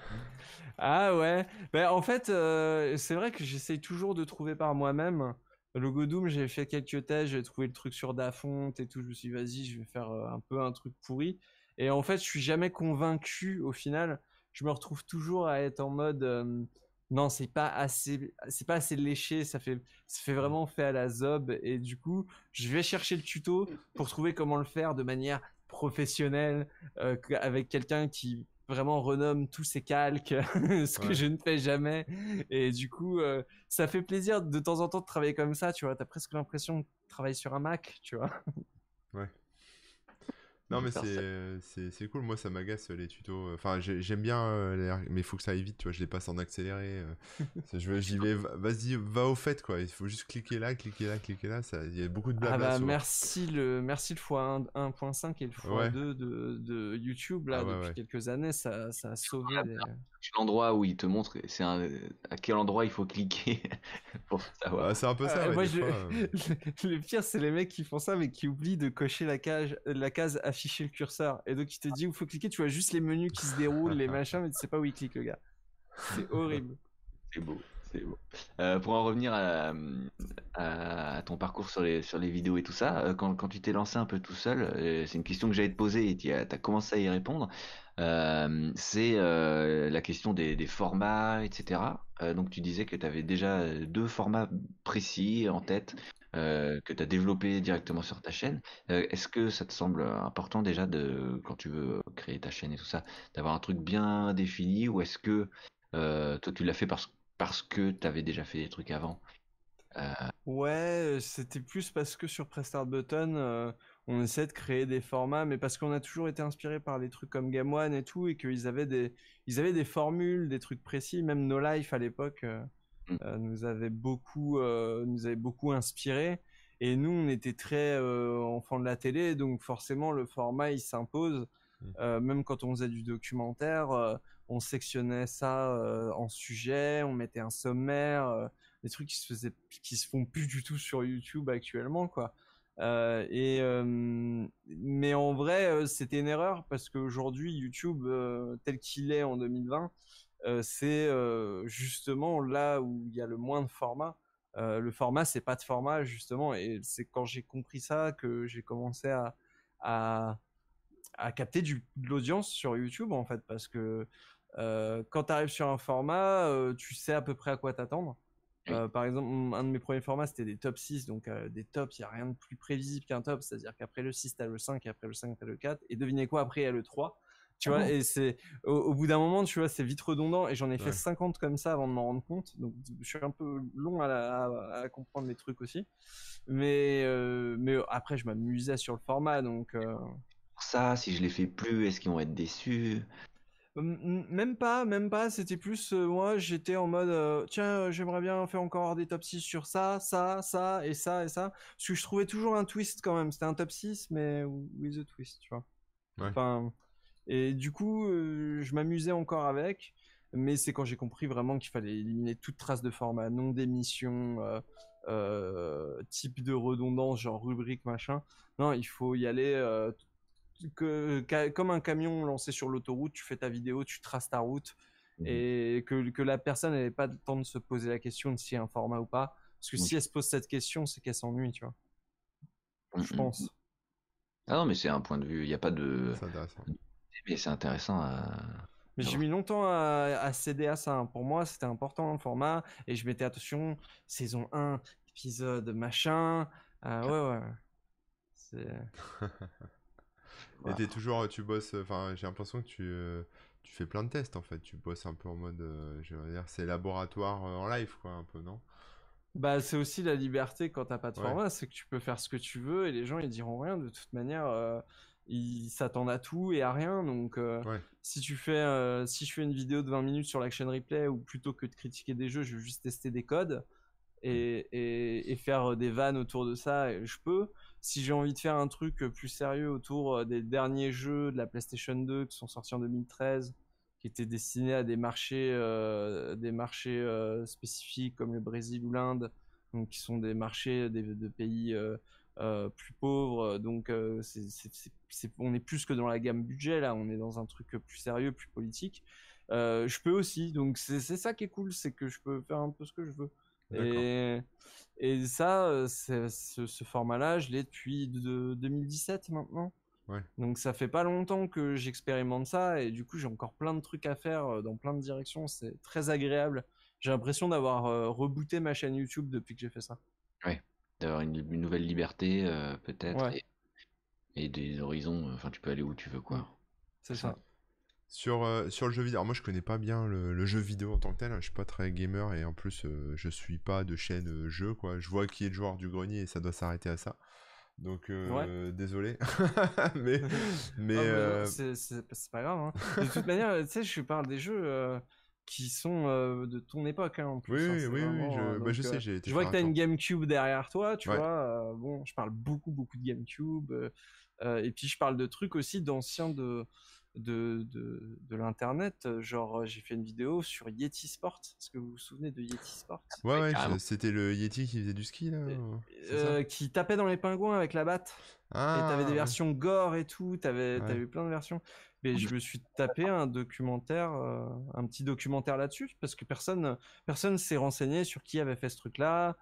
Ah ouais, en fait, c'est vrai que j'essaye toujours de trouver par moi-même. Logo Doom, j'ai fait quelques tests, j'ai trouvé le truc sur Dafont et tout. Je me suis dit, vas-y, je vais faire un peu un truc pourri. Et en fait, je suis jamais convaincu au final. Je me retrouve toujours à être en mode, non, c'est pas assez léché. Ça fait vraiment fait à la zob. Et du coup, je vais chercher le tuto pour trouver comment le faire de manière professionnelle, avec quelqu'un qui vraiment renomme tous ses calques, ce que je ne fais jamais. Et du coup, ça fait plaisir de temps en temps de travailler comme ça, tu vois. T'as presque l'impression de travailler sur un Mac, tu vois. Ouais. Non, mais c'est cool. Moi, ça m'agace les tutos. Enfin, j'aime bien, mais il faut que ça aille vite, tu vois. Je les passe en accéléré. J'y vais, vas-y, va au fait, quoi. Il faut juste cliquer là, cliquer là, cliquer là. Il y a beaucoup de blabla. Ah bah, merci le x1.5 et le x2 de YouTube, là, depuis quelques années. Ça a sauvé des... L'endroit où il te montre, à quel endroit il faut cliquer pour savoir. Ah, c'est un peu ça, ouais, Le pire, c'est les mecs qui font ça, mais qui oublient de cocher la case afficher le curseur. Et donc, il te dit où il faut cliquer, tu vois juste les menus qui se déroulent, les machins, mais tu sais pas où il clique, le gars. C'est horrible. C'est beau. Pour en revenir à ton parcours sur les vidéos et tout ça, quand tu t'es lancé un peu tout seul, c'est une question que j'allais te poser et tu as commencé à y répondre. C'est la question des formats, etc. Donc tu disais que tu avais déjà 2 formats précis en tête que tu as développé directement sur ta chaîne. Est-ce que ça te semble important déjà, quand tu veux créer ta chaîne et tout ça, d'avoir un truc bien défini, ou est-ce que toi tu l'as fait parce que tu avais déjà fait des trucs avant? Ouais, c'était plus parce que sur Press Start Button, on essaie de créer des formats, mais parce qu'on a toujours été inspiré par les trucs comme Game One et tout, et qu'ils avaient des formules, des trucs précis. Même No Life à l'époque nous avait beaucoup inspiré. Et nous, on était très enfants de la télé, donc forcément le format il s'impose. Même quand on faisait du documentaire, on sectionnait ça en sujet, on mettait un sommaire, des trucs qui se font plus du tout sur YouTube actuellement, quoi. Mais en vrai, c'était une erreur parce qu'aujourd'hui, YouTube, tel qu'il est en 2020, c'est justement là où il y a le moins de formats. Le format, c'est pas de format, justement, et c'est quand j'ai compris ça que j'ai commencé à, à capter de l'audience sur YouTube, en fait, parce que quand tu arrives sur un format, tu sais à peu près à quoi t'attendre. Par exemple, un de mes premiers formats, c'était des top 6. Donc, des tops, il n'y a rien de plus prévisible qu'un top. C'est-à-dire qu'après le 6, tu as le 5, et après le 5, tu as le 4. Et devinez quoi, après, il y a le 3. Tu vois, et c'est au bout d'un moment, tu vois, c'est vite redondant. Et j'en ai fait 50 comme ça avant de m'en rendre compte. Donc, je suis un peu long à comprendre les trucs aussi. Mais après, je m'amusais sur le format. Donc, ça, si je les fais plus, est-ce qu'ils vont être déçus? Même pas, c'était plus moi j'étais en mode tiens, j'aimerais bien faire encore des top 6 sur ça et ça et ça, parce que je trouvais toujours un twist quand même, c'était un top 6 mais with a twist, tu vois. Enfin, et du coup je m'amusais encore avec, mais c'est quand j'ai compris vraiment qu'il fallait éliminer toute trace de format, nom d'émission, type de redondance, genre rubrique machin. Non, il faut y aller comme un camion lancé sur l'autoroute, tu fais ta vidéo, tu traces ta route, et que la personne n'avait pas le temps de se poser la question de si y a un format ou pas. Parce que si elle se pose cette question, c'est qu'elle s'ennuie, tu vois. Je pense. Ah non, mais c'est un point de vue, il n'y a pas de... C'est intéressant. Mais c'est intéressant Mais j'ai mis longtemps à céder à ça. Pour moi, c'était important le format, et je mettais attention, saison 1, épisode machin. Ouais. Et t'es toujours, tu bosses, enfin, j'ai l'impression que tu fais plein de tests en fait. Tu bosses un peu en mode, je veux dire, c'est laboratoire en live, quoi, un peu, non? Bah, c'est aussi la liberté quand t'as pas de format, c'est que tu peux faire ce que tu veux et les gens ils diront rien. De toute manière, ils s'attendent à tout et à rien. Donc, si je fais une vidéo de 20 minutes sur l'Action Replay, ou plutôt que de critiquer des jeux, je vais juste tester des codes et faire des vannes autour de ça, je peux. Si j'ai envie de faire un truc plus sérieux autour des derniers jeux de la PlayStation 2 qui sont sortis en 2013, qui étaient destinés à des marchés spécifiques comme le Brésil ou l'Inde, donc qui sont des marchés de pays plus pauvres. Donc on est plus que dans la gamme budget là, on est dans un truc plus sérieux, plus politique. Je peux aussi, donc c'est ça qui est cool, c'est que je peux faire un peu ce que je veux. Et ça, ce format-là, je l'ai depuis 2017 maintenant. Ouais. Donc ça fait pas longtemps que j'expérimente ça et du coup j'ai encore plein de trucs à faire dans plein de directions. C'est très agréable. J'ai l'impression d'avoir rebooté ma chaîne YouTube depuis que j'ai fait ça. Ouais, d'avoir une nouvelle liberté peut-être Ouais. et des horizons. Enfin, tu peux aller où tu veux, quoi. C'est ça. Sur le jeu vidéo, alors moi je connais pas bien le jeu vidéo en tant que tel, je suis pas très gamer et en plus je suis pas de chaîne jeu quoi. Je vois qui est le joueur du grenier et ça doit s'arrêter à ça. Donc désolé. mais c'est pas grave. Hein. De toute manière, tu sais, je parle des jeux qui sont de ton époque hein, en plus. Oui, hein, oui, vraiment, je sais, j'ai été je vois faire que un tu as tour. une GameCube derrière toi, tu Ouais. vois. Bon, je parle beaucoup de GameCube. Et puis je parle de trucs aussi d'anciens de l'internet. Genre, j'ai fait une vidéo sur Yeti Sport. Est-ce que vous vous souvenez de Yeti Sport? Ouais, c'était le Yeti qui faisait du ski là. C'est ça qui tapait dans les pingouins avec la batte. Et t'avais des versions gore et tout, t'avais eu plein de versions. Mais je me suis tapé un documentaire, un petit documentaire là-dessus, parce que personne s'est renseigné sur qui avait fait ce truc-là,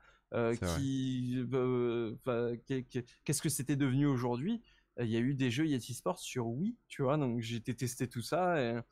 qu'est-ce que c'était devenu aujourd'hui. Il y a eu des jeux Yeti Sports sur Wii, tu vois, donc j'ai été tester tout ça. Et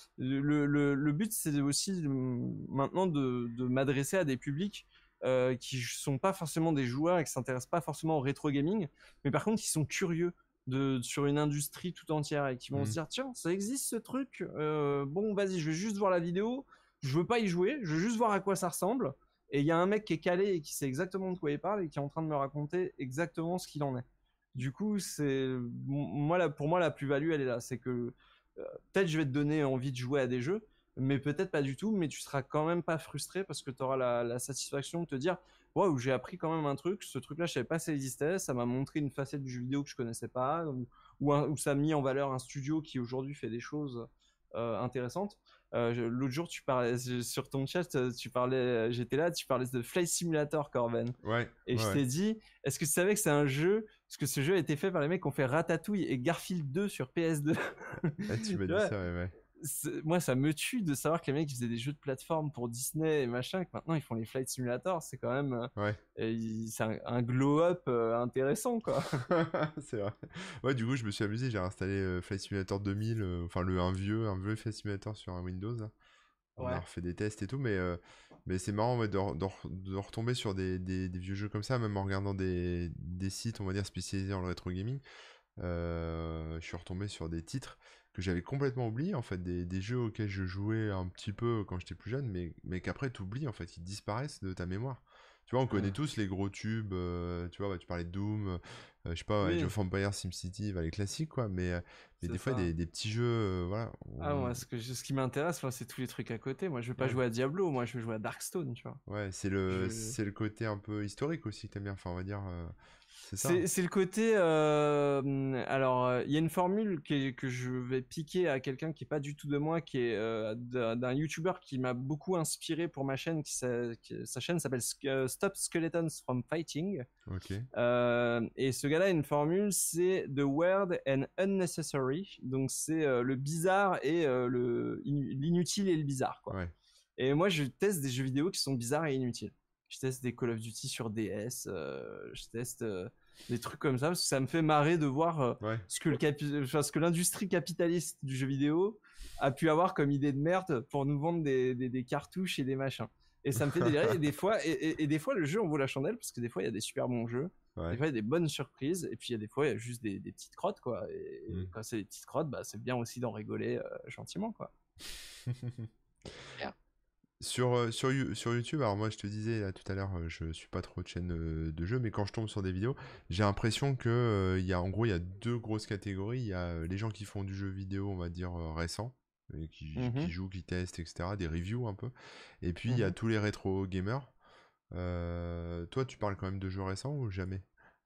le but, c'est aussi maintenant de m'adresser à des publics qui sont pas forcément des joueurs et qui s'intéressent pas forcément au rétro gaming, mais par contre qui sont curieux sur une industrie tout entière et qui vont se dire tiens ça existe ce truc, bon vas-y je vais juste voir la vidéo, je veux pas y jouer, je veux juste voir à quoi ça ressemble, et il y a un mec qui est calé et qui sait exactement de quoi il parle et qui est en train de me raconter exactement ce qu'il en est. Du coup c'est pour moi la plus-value elle est là, c'est que peut-être je vais te donner envie de jouer à des jeux, mais peut-être pas du tout, mais tu seras quand même pas frustré parce que tu auras la satisfaction de te dire waouh, j'ai appris quand même un truc, ce truc-là, je savais pas ça existait, ça m'a montré une facette du jeu vidéo que je connaissais pas, ou ça a mis en valeur un studio qui aujourd'hui fait des choses intéressantes. L'autre jour, tu parlais sur ton chat, j'étais là, tu parlais de Flight Simulator, Corben. Ouais. Et je t'ai dit, est-ce que tu savais que c'est un jeu, parce que ce jeu a été fait par les mecs qui ont fait Ratatouille et Garfield 2 sur PS2. Tu m'as dit ça, ouais. Moi, ça me tue de savoir que les mecs ils faisaient des jeux de plateforme pour Disney et machin, que maintenant ils font les Flight Simulator. C'est quand même c'est un glow-up intéressant, quoi. C'est vrai. Ouais, du coup, je me suis amusé. J'ai installé Flight Simulator 2000, enfin un vieux Flight Simulator sur un Windows. Là. On a refait des tests et tout, mais c'est marrant de retomber sur des vieux jeux comme ça, même en regardant des sites, on va dire, spécialisés dans le rétro gaming. Je suis retombé sur des titres que j'avais complètement oubliés, en fait, des jeux auxquels je jouais un petit peu quand j'étais plus jeune, mais qu'après tu oublies, en fait, ils disparaissent de ta mémoire. Tu vois, on connaît tous les gros tubes, tu vois, tu parlais de Doom, je sais pas, Age of Empires, SimCity, les classiques, quoi, mais des fois, des petits jeux, voilà. Moi, ce qui m'intéresse, c'est tous les trucs à côté. Moi, je veux pas jouer à Diablo, moi, je veux jouer à Darkstone, tu vois. Ouais, c'est le côté un peu historique aussi que t'aimes bien, enfin, on va dire... C'est ça. C'est le côté. Alors, il y a une formule que je vais piquer à quelqu'un qui est pas du tout de moi, qui est d'un YouTuber qui m'a beaucoup inspiré pour ma chaîne. Sa chaîne s'appelle Stop Skeletons from Fighting. Ok. Et ce gars-là a une formule, c'est The Weird and Unnecessary. Donc, c'est le bizarre et l'inutile et le bizarre, quoi. Ouais. Et moi, je teste des jeux vidéo qui sont bizarres et inutiles. Je teste des Call of Duty sur DS, je teste des trucs comme ça, parce que ça me fait marrer de voir ce que l'industrie capitaliste du jeu vidéo a pu avoir comme idée de merde pour nous vendre des cartouches et des machins. Et ça me fait délirer, et des fois le jeu en vaut la chandelle, parce que des fois il y a des super bons jeux, des fois il y a des bonnes surprises, et puis il y a des fois il y a juste des petites crottes, quoi. Et quand c'est des petites crottes, c'est bien aussi d'en rigoler gentiment, quoi. Sur YouTube, alors moi je te disais là, tout à l'heure, je suis pas trop de chaîne de jeux, mais quand je tombe sur des vidéos, j'ai l'impression que il y a deux grosses catégories. Il y a les gens qui font du jeu vidéo, on va dire récent, qui jouent, qui testent, etc., des reviews un peu. Et puis il y a tous les rétro gamers. Toi, tu parles quand même de jeux récents ou jamais?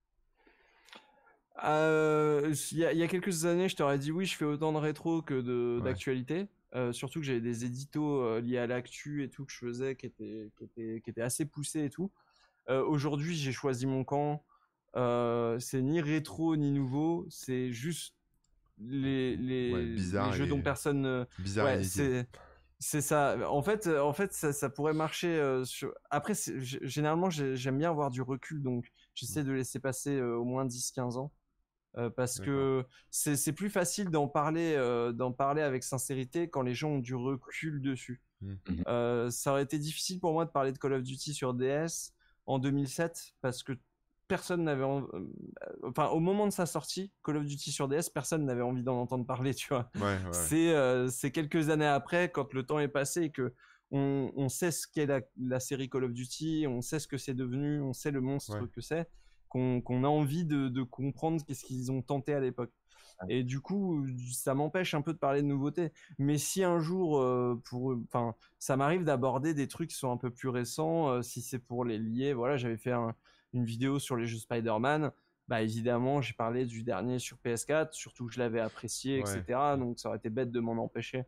Il y a quelques années, je t'aurais dit oui, je fais autant de rétro que d'actualité. Surtout que j'avais des éditos liés à l'actu et tout que je faisais qui étaient assez poussés et tout. Aujourd'hui, j'ai choisi mon camp. C'est ni rétro ni nouveau, c'est juste les jeux dont personne. Bizarre et inutile. C'est ça. En fait, ça pourrait marcher. Après, généralement, j'aime bien avoir du recul, donc j'essaie de laisser passer au moins 10-15 ans. Parce que c'est plus facile d'en parler avec sincérité quand les gens ont du recul dessus. Ça aurait été difficile pour moi de parler de Call of Duty sur DS en 2007 parce que personne n'avait enfin au moment de sa sortie Call of Duty sur DS personne n'avait envie d'en entendre parler, tu vois. C'est quelques années après, quand le temps est passé et que on sait ce qu'est la série Call of Duty, on sait ce que c'est devenu, on sait le monstre que c'est, qu'on a envie de comprendre qu'est-ce qu'ils ont tenté à l'époque. Et du coup, ça m'empêche un peu de parler de nouveautés. Mais si un jour, enfin, ça m'arrive d'aborder des trucs qui sont un peu plus récents, si c'est pour les lier. Voilà, j'avais fait une vidéo sur les jeux Spider-Man. Bah évidemment, j'ai parlé du dernier sur PS4, surtout que je l'avais apprécié, etc. Donc ça aurait été bête de m'en empêcher.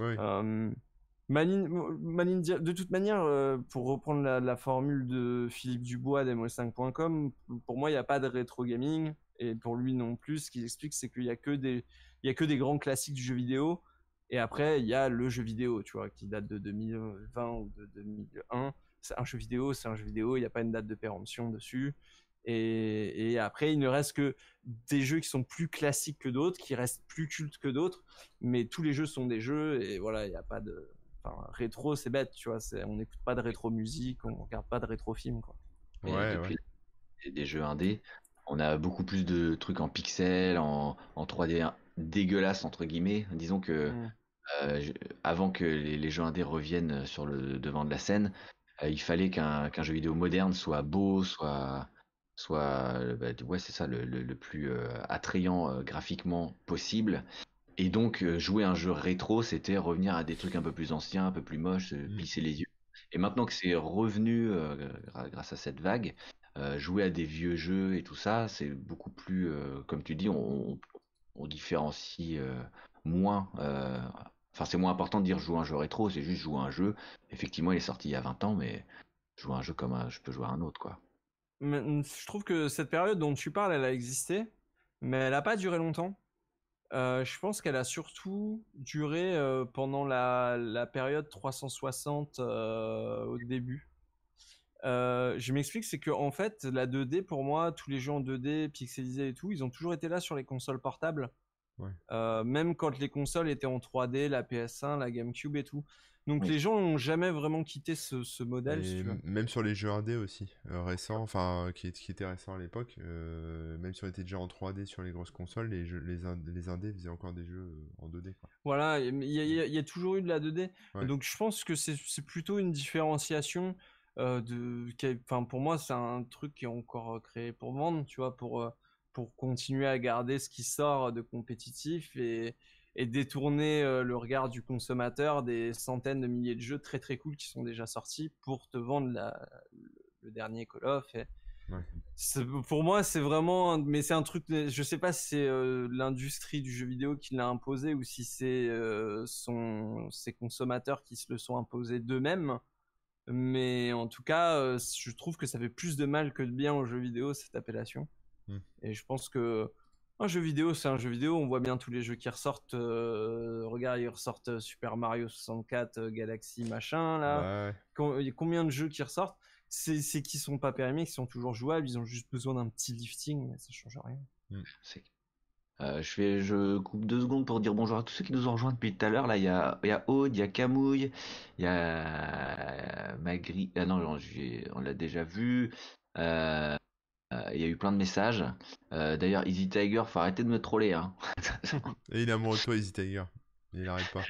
De toute manière, pour reprendre la formule de Philippe Dubois d'MO5.com, pour moi, il n'y a pas de rétro gaming, et pour lui non plus. Ce qu'il explique, c'est qu'il n'y a que des grands classiques du jeu vidéo, et après, il y a le jeu vidéo, tu vois, qui date de 2020 ou de 2001. C'est un jeu vidéo, il n'y a pas une date de péremption dessus. Et après, il ne reste que des jeux qui sont plus classiques que d'autres, qui restent plus cultes que d'autres, mais tous les jeux sont des jeux, et voilà, il n'y a pas de... Enfin, rétro, c'est bête, tu vois, on n'écoute pas de rétro musique, on regarde pas de rétro film, quoi. Mais depuis des jeux indés, on a beaucoup plus de trucs en pixels, en 3D dégueulasse entre guillemets. Disons que avant que les jeux indés reviennent sur le devant de la scène, il fallait qu'un jeu vidéo moderne soit beau, soit ouais, c'est ça, le plus attrayant graphiquement possible. Et donc jouer un jeu rétro, c'était revenir à des trucs un peu plus anciens, un peu plus moches, plisser les yeux. Et maintenant que c'est revenu grâce à cette vague, jouer à des vieux jeux et tout ça, c'est beaucoup plus, comme tu dis, on différencie moins. Enfin, c'est moins important de dire jouer à un jeu rétro, c'est juste jouer à un jeu. Effectivement, il est sorti il y a 20 ans, mais jouer à un jeu comme je peux jouer à un autre, quoi. Je trouve que cette période dont tu parles, elle a existé, mais elle n'a pas duré longtemps. Je pense qu'elle a surtout duré pendant la période 360 au début. Je m'explique, c'est que en fait, la 2D, pour moi, tous les jeux en 2D, pixelisés et tout, ils ont toujours été là sur les consoles portables. Même quand les consoles étaient en 3D, la PS1, la GameCube et tout. Donc les gens n'ont jamais vraiment quitté ce modèle. Si tu veux. Même sur les jeux indés aussi, récents, enfin qui étaient récents à l'époque, même si on était déjà en 3D sur les grosses consoles, les indés faisaient encore des jeux en 2D, quoi. Voilà, il y a toujours eu de la 2D. Donc je pense que c'est plutôt une différenciation enfin, pour moi, c'est un truc qui est encore créé pour vendre, tu vois, pour continuer à garder ce qui sort de compétitif et détourner le regard du consommateur des centaines de milliers de jeux très très cool qui sont déjà sortis pour te vendre le dernier Call of. Pour moi, c'est vraiment, mais c'est un truc, je sais pas si c'est l'industrie du jeu vidéo qui l'a imposé ou si c'est ses consommateurs qui se le sont imposés d'eux-mêmes. Mais en tout cas, je trouve que ça fait plus de mal que de bien aux jeux vidéo, cette appellation. Et je pense que un jeu vidéo, c'est un jeu vidéo. On voit bien tous les jeux qui ressortent. Regarde, ils ressortent Super Mario 64, Galaxy, machin, là. Combien de jeux qui ressortent? C'est qui sont pas périmés, qui sont toujours jouables. Ils ont juste besoin d'un petit lifting, mais ça change rien. Je coupe 2 secondes pour dire bonjour à tous ceux qui nous ont rejoints depuis tout à l'heure. Là, il y a Aude, il y a Camouille, il y a Magri. Ah non, on l'a déjà vu. Il y a eu plein de messages. D'ailleurs, Easy Tiger, faut arrêter de me troller, hein. Et il est amoureux de toi, Easy Tiger. Il n'arrête pas.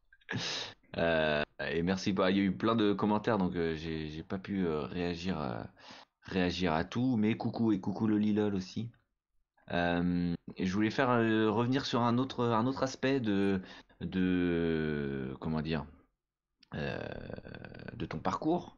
Et merci. Il y a eu plein de commentaires, donc j'ai pas pu réagir à tout. Mais coucou le Lilol aussi. Et je voulais faire revenir sur un autre aspect de comment dire de ton parcours.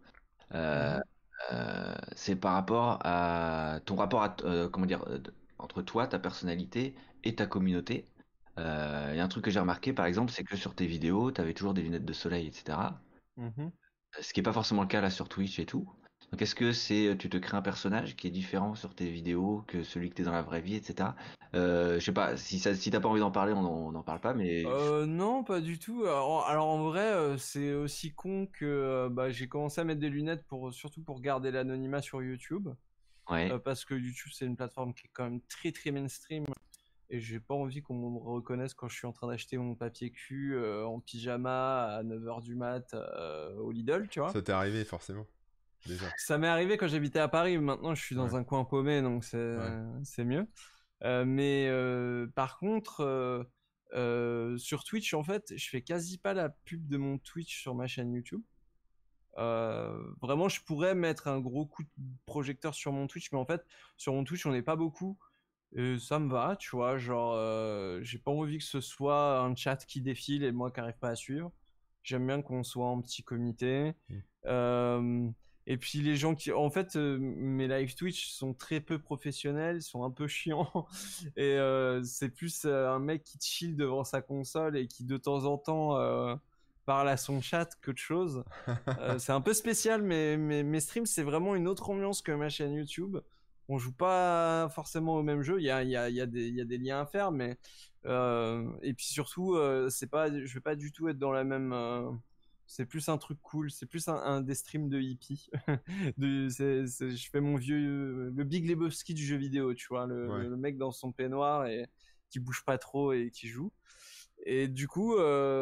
C'est par rapport à ton rapport à comment dire entre toi, ta personnalité et ta communauté. Il y a un truc que j'ai remarqué par exemple, c'est que sur tes vidéos, tu avais toujours des lunettes de soleil, etc. Ce qui est pas forcément le cas là sur Twitch et tout. Donc est-ce que tu te crées un personnage qui est différent sur tes vidéos que celui que tu es dans la vraie vie, etc. Je sais pas, si t'as pas envie d'en parler, on n'en parle pas, mais... Non, pas du tout. Alors en vrai, c'est aussi con que j'ai commencé à mettre des lunettes surtout pour garder l'anonymat sur YouTube. Ouais. Parce que YouTube, c'est une plateforme qui est quand même très très mainstream. Et j'ai pas envie qu'on me reconnaisse quand je suis en train d'acheter mon papier cul en pyjama à 9h du mat au Lidl, tu vois. Ça t'est arrivé forcément, déjà. Ça m'est arrivé quand j'habitais à Paris. Maintenant, je suis dans un coin paumé, donc c'est mieux. Mais par contre, sur Twitch, en fait, je fais quasi pas la pub de mon Twitch sur ma chaîne YouTube. Vraiment, je pourrais mettre un gros coup de projecteur sur mon Twitch, mais en fait, sur mon Twitch, on n'est pas beaucoup. Et ça me va, tu vois, genre, j'ai pas envie que ce soit un chat qui défile et moi qui arrive pas à suivre. J'aime bien qu'on soit en petit comité. Et puis les gens en fait, mes live Twitch sont très peu professionnels, sont un peu chiants. Et c'est plus un mec qui chill devant sa console et qui de temps en temps parle à son chat qu'autre chose. C'est un peu spécial, mais mes streams, c'est vraiment une autre ambiance que ma chaîne YouTube. On joue pas forcément au même jeu. Il y a des liens à faire, mais et puis surtout, je vais pas du tout être dans la même. C'est plus un truc cool. C'est plus un des streams de hippie. Je fais le Big Lebowski du jeu vidéo, tu vois, le mec dans son peignoir et qui bouge pas trop et qui joue. Et du coup,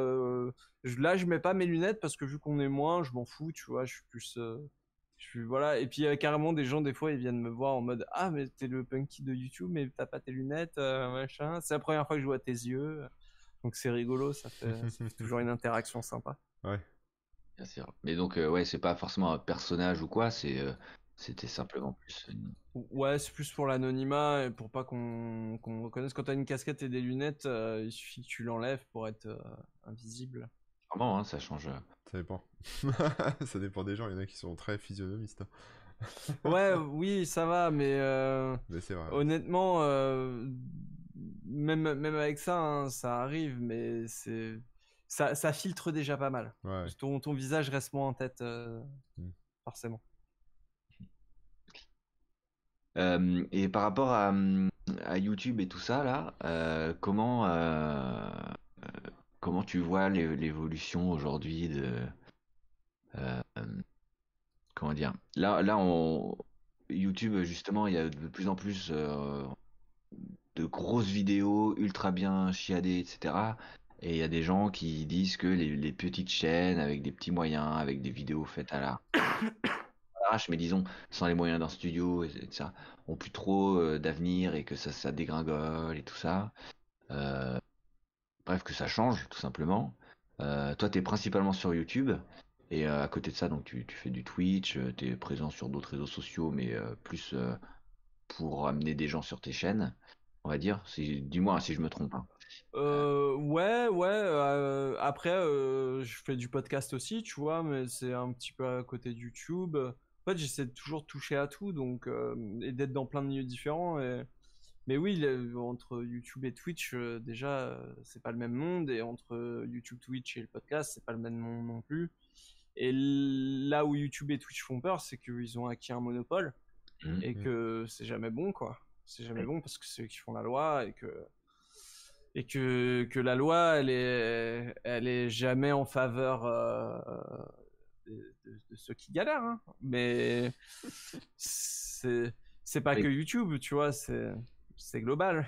là, je mets pas mes lunettes parce que vu qu'on est moins, je m'en fous, tu vois, je suis plus. Voilà. Et puis, carrément, des gens, des fois, ils viennent me voir en mode ah, mais t'es le punky de YouTube, mais t'as pas tes lunettes, machin. C'est la première fois que je vois tes yeux. Donc, c'est rigolo, ça fait toujours une interaction sympa. Ouais. Bien sûr. Mais donc, ouais, c'est pas forcément un personnage ou quoi, c'était simplement plus. Ouais, c'est plus pour l'anonymat et pour pas qu'on me reconnaisse. Quand t'as une casquette et des lunettes, il suffit que tu l'enlèves pour être invisible. Vraiment, hein, ça change. Ça dépend. Ça dépend des gens, il y en a qui sont très physionomistes. Ouais, oui, ça va, mais c'est vrai. honnêtement, même avec ça, hein, ça arrive, mais ça filtre déjà pas mal. Ouais. Ton visage reste moins en tête, forcément. Et par rapport à YouTube et tout ça, là, comment tu vois l'évolution aujourd'hui de. Comment dire? YouTube, justement, il y a de plus en plus de grosses vidéos ultra bien chiadées, etc. Et il y a des gens qui disent que les petites chaînes avec des petits moyens, avec des vidéos faites à l'arrache, mais disons sans les moyens d'un studio, et ça, ont plus trop d'avenir et que ça dégringole et tout ça. Bref, que ça change tout simplement. Toi, tu es principalement sur YouTube. Et à côté de ça, donc tu fais du Twitch, tu es présent sur d'autres réseaux sociaux, mais plus pour amener des gens sur tes chaînes, on va dire. Dis-moi si je me trompe, hein. Ouais. Après, je fais du podcast aussi, tu vois, mais c'est un petit peu à côté de YouTube. En fait, j'essaie de toujours toucher à tout, donc et d'être dans plein de milieux différents. Mais oui, entre YouTube et Twitch, déjà, c'est pas le même monde, et entre YouTube, Twitch et le podcast, c'est pas le même monde non plus. Et là où YouTube et Twitch font peur, c'est qu'ils ont acquis un monopole et que c'est jamais bon, quoi. C'est jamais bon parce que c'est eux qui font la loi et que la loi, elle est jamais en faveur de ceux qui galèrent, hein. Mais c'est pas que YouTube, tu vois, c'est global.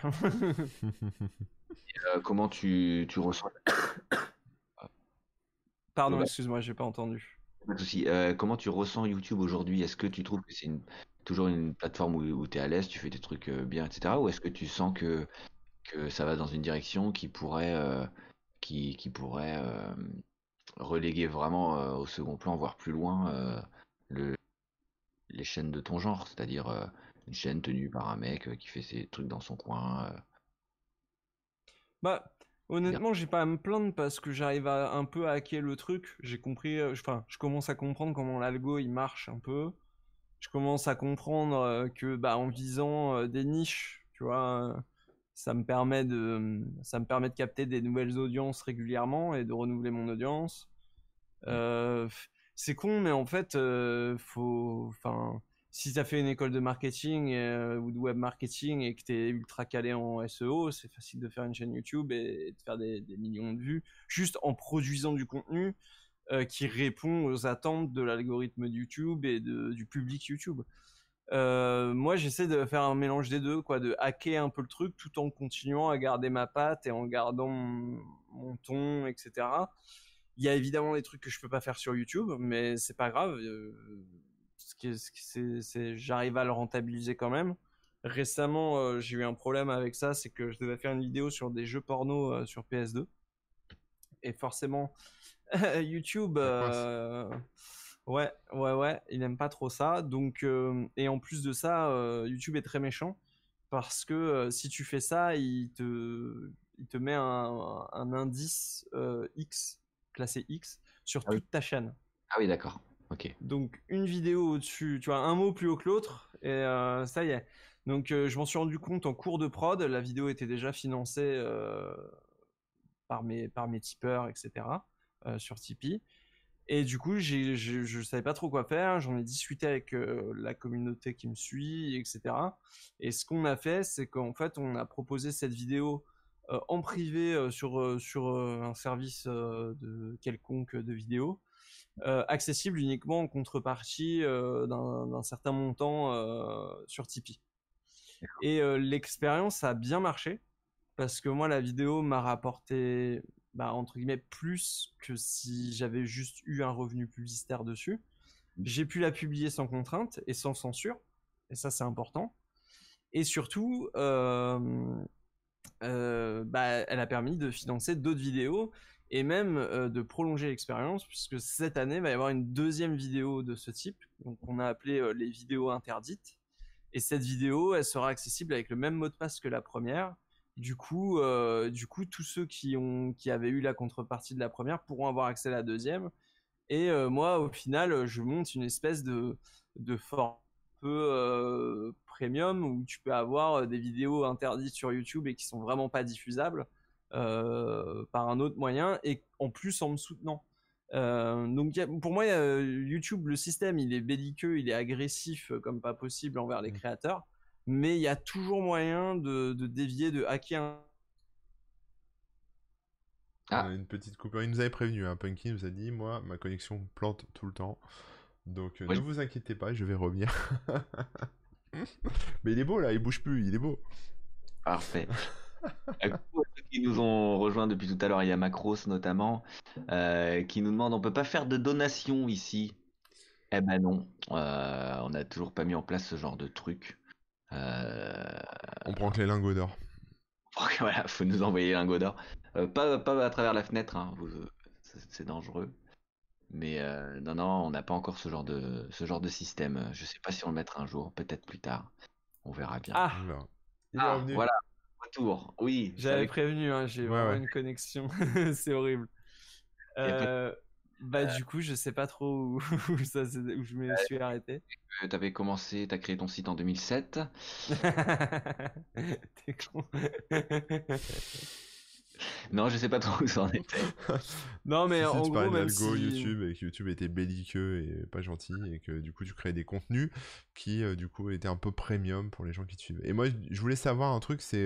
Comment tu ressens Pardon, excuse-moi, j'ai pas entendu. Pas de souci. Comment tu ressens YouTube aujourd'hui? Est-ce que tu trouves que c'est toujours une plateforme où tu es à l'aise, tu fais des trucs bien, etc. Ou est-ce que tu sens que ça va dans une direction qui pourrait reléguer vraiment au second plan, voire plus loin, les chaînes de ton genre, c'est-à-dire une chaîne tenue par un mec qui fait ses trucs dans son coin. Bah, honnêtement, j'ai pas à me plaindre parce que j'arrive un peu à hacker le truc. J'ai compris, je commence à comprendre comment l'algo il marche un peu. Je commence à comprendre que en visant des niches, tu vois, ça me permet de capter des nouvelles audiences régulièrement et de renouveler mon audience. c'est con, mais en fait, si tu as fait une école de marketing ou de web marketing et que tu es ultra calé en SEO, c'est facile de faire une chaîne YouTube et de faire des millions de vues juste en produisant du contenu qui répond aux attentes de l'algorithme de YouTube et du public YouTube. Moi, j'essaie de faire un mélange des deux, quoi, de hacker un peu le truc tout en continuant à garder ma patte et en gardant mon ton, etc. Il y a évidemment des trucs que je peux pas faire sur YouTube, mais c'est pas grave. J'arrive à le rentabiliser quand même. Récemment, j'ai eu un problème avec ça, c'est que je devais faire une vidéo sur des jeux porno sur PS2. Et forcément, YouTube, ouais, il aime pas trop ça. Donc, et en plus de ça, YouTube est très méchant parce que si tu fais ça, il te met un indice X, classé X, sur toute ta chaîne. Ah oui, d'accord. Ok. Donc, une vidéo au-dessus, tu vois, un mot plus haut que l'autre, et ça y est. Donc, je m'en suis rendu compte en cours de prod. La vidéo était déjà financée par mes tipeurs, etc. Sur Tipeee. Et du coup, je savais pas trop quoi faire. J'en ai discuté avec la communauté qui me suit, etc. Et ce qu'on a fait, c'est qu'en fait, on a proposé cette vidéo en privé sur un service de quelconque de vidéo, accessible uniquement en contrepartie d'un certain montant sur Tipeee. Et l'expérience a bien marché parce que moi, la vidéo m'a rapporté entre guillemets plus que si j'avais juste eu un revenu publicitaire dessus. J'ai pu la publier sans contrainte et sans censure, et ça c'est important. Et surtout, elle a permis de financer d'autres vidéos et même de prolonger l'expérience, puisque cette année il va y avoir une deuxième vidéo de ce type, donc on a appelé les vidéos interdites. Et cette vidéo, elle sera accessible avec le même mot de passe que la première. Du coup, tous ceux qui avaient eu la contrepartie de la première pourront avoir accès à la deuxième. Et moi, au final, je monte une espèce de format un peu premium où tu peux avoir des vidéos interdites sur YouTube et qui sont vraiment pas diffusables par un autre moyen, et en plus en me soutenant. Donc pour moi, YouTube, le système, il est belliqueux, il est agressif comme pas possible envers les créateurs, mais il y a toujours moyen de dévier, de hacker. On a une petite coupure. Il nous avait prévenu, hein. Punky nous a dit, moi, ma connexion plante tout le temps. Donc ne vous inquiétez pas, je vais revenir. Mais il est beau là, il bouge plus, il est beau. Parfait. Ceux qui nous ont rejoints depuis tout à l'heure, il y a Macros notamment, qui nous demande, on peut pas faire de donation ici? Eh ben non, on n'a toujours pas mis en place ce genre de truc. On prend que les lingots d'or. Voilà, faut nous envoyer les lingots d'or. Pas à travers la fenêtre, hein, c'est dangereux. Mais non, on n'a pas encore ce genre de système. Je sais pas si on le mettra un jour, peut-être plus tard. On verra bien. Il est revenu. Voilà, retour. Oui. J'avais prévenu, hein, j'ai vraiment une connexion. C'est horrible. Du coup, je sais pas trop où je me suis arrêté. T'avais commencé, t'as créé ton site en 2007. T'es con. Non, je sais pas trop où ça en était. Non, mais en gros, même l'algo YouTube, et que YouTube était belliqueux et pas gentil, et que du coup tu créais des contenus qui du coup étaient un peu premium pour les gens qui te suivent. Et moi, je voulais savoir un truc, c'est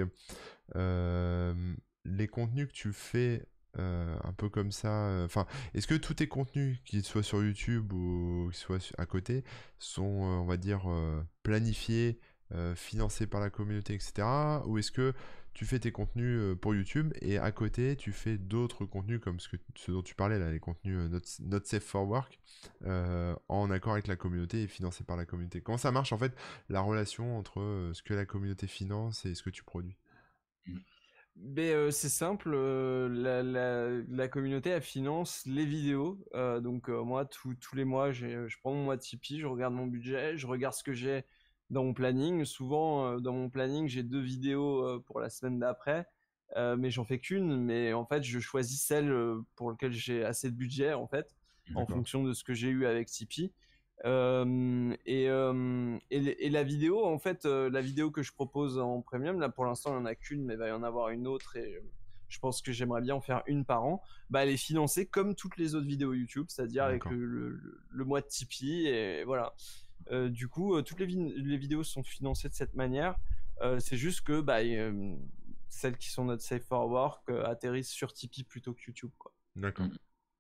les contenus que tu fais un peu comme ça. Enfin, est-ce que tous tes contenus, qu'ils soient sur YouTube ou qu'ils soient à côté, sont, on va dire, planifiés, financés par la communauté, etc. Ou est-ce que tu fais tes contenus pour YouTube et à côté tu fais d'autres contenus comme ce dont tu parlais là, les contenus not safe for work, en accord avec la communauté et financés par la communauté? Comment ça marche en fait, la relation entre ce que la communauté finance et ce que tu produis? C'est simple, la communauté elle finance les vidéos, donc moi tous les mois je prends mon mois de Tipeee, je regarde mon budget, je regarde ce que j'ai dans mon planning. Souvent dans mon planning j'ai 2 vidéos pour la semaine d'après, mais j'en fais qu'une, mais en fait je choisis celle pour laquelle j'ai assez de budget en fait, en fonction de ce que j'ai eu avec Tipeee. Et la vidéo, en fait, la vidéo que je propose en premium, là pour l'instant il n'y en a qu'une, mais il va y en avoir une autre, et je pense que j'aimerais bien en faire une par an, les financer comme toutes les autres vidéos YouTube, c'est-à-dire avec le mois de Tipeee, et voilà. Du coup, toutes les vidéos sont financées de cette manière. C'est juste que celles qui sont notre safe for work atterrissent sur Tipeee plutôt que YouTube, quoi. D'accord.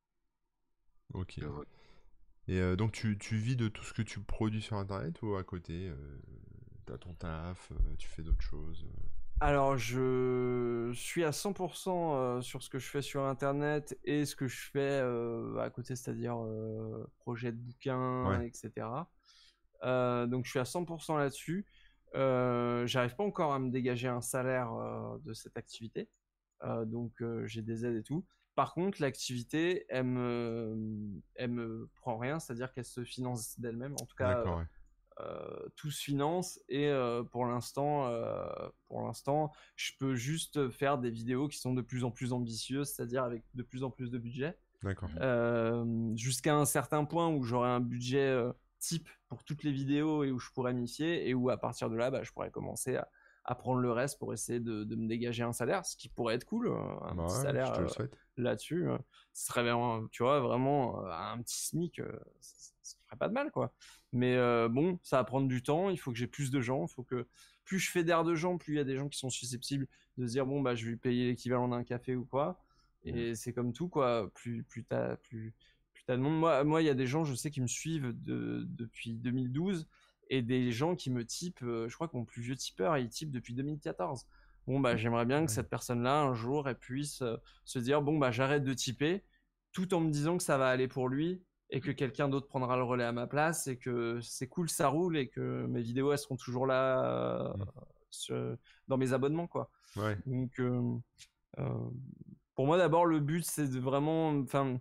Ok. Et donc tu vis de tout ce que tu produis sur Internet, ou à côté t'as ton taf, tu fais d'autres choses Alors, je suis à 100% sur ce que je fais sur Internet et ce que je fais à côté, c'est-à-dire projet de bouquin, etc. Donc, je suis à 100% là-dessus. J'arrive pas encore à me dégager un salaire de cette activité. Donc, j'ai des aides et tout. Par contre, l'activité, elle me prend rien, c'est-à-dire qu'elle se finance d'elle-même. En tout cas, tout se finance, et pour l'instant, je peux juste faire des vidéos qui sont de plus en plus ambitieuses, c'est-à-dire avec de plus en plus de budget. D'accord. Jusqu'à un certain point où j'aurai un budget type pour toutes les vidéos et où je pourrais m'y fier, et où à partir de là, je pourrais commencer à prendre le reste pour essayer de me dégager un salaire, ce qui pourrait être cool, un petit salaire je te le souhaite. là-dessus. Ce serait vraiment, tu vois, vraiment un petit SMIC, ça ferait pas de mal, quoi. Mais bon, ça va prendre du temps, il faut que j'ai plus de gens, il faut que plus je fédère de gens, plus il y a des gens qui sont susceptibles de se dire bon je vais lui payer l'équivalent d'un café ou quoi. Et c'est comme tout, quoi, plus t'as de monde. Moi il y a des gens, je sais, qui me suivent depuis 2012, et des gens qui me typent, je crois que mon plus vieux tipeur, il type depuis 2014. Bon j'aimerais bien que cette personne-là un jour elle puisse se dire bon j'arrête de typer, tout en me disant que ça va aller pour lui et que quelqu'un d'autre prendra le relais à ma place, et que c'est cool, ça roule, et que mes vidéos elles seront toujours là dans mes abonnements, quoi. Donc pour moi d'abord le but c'est de vraiment, enfin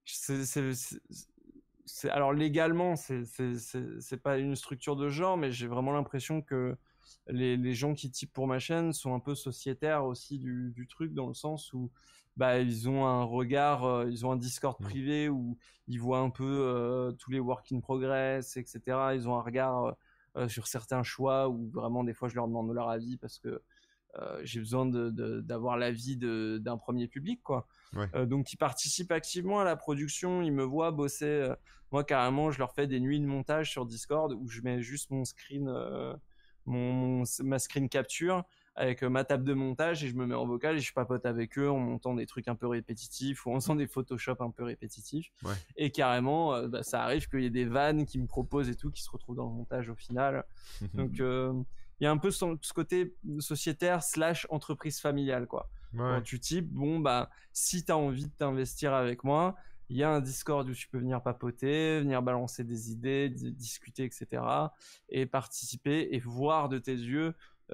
alors légalement c'est pas une structure de genre, mais j'ai vraiment l'impression que les gens qui typent pour ma chaîne sont un peu sociétaires aussi du truc, dans le sens où ils ont un regard, ils ont un Discord privé où ils voient un peu tous les work in progress, etc. Ils ont un regard sur certains choix, où vraiment des fois je leur demande leur avis, parce que j'ai besoin d'avoir l'avis d'un premier public, quoi. Donc ils participent activement à la production, ils me voient bosser. Moi carrément je leur fais des nuits de montage sur Discord, où je mets juste mon screen, ma screen capture avec ma table de montage, et je me mets en vocal et je papote avec eux en montant des trucs un peu répétitifs ou en faisant des Photoshop un peu répétitifs. Et carrément ça arrive qu'il y ait des vannes qui me proposent et tout, qui se retrouvent dans le montage au final. Donc il y a un peu ce côté sociétaire / entreprise familiale, quoi. Quand tu types, si tu as envie de t'investir avec moi, il y a un Discord où tu peux venir papoter, venir balancer des idées, discuter, etc. et participer et voir de tes yeux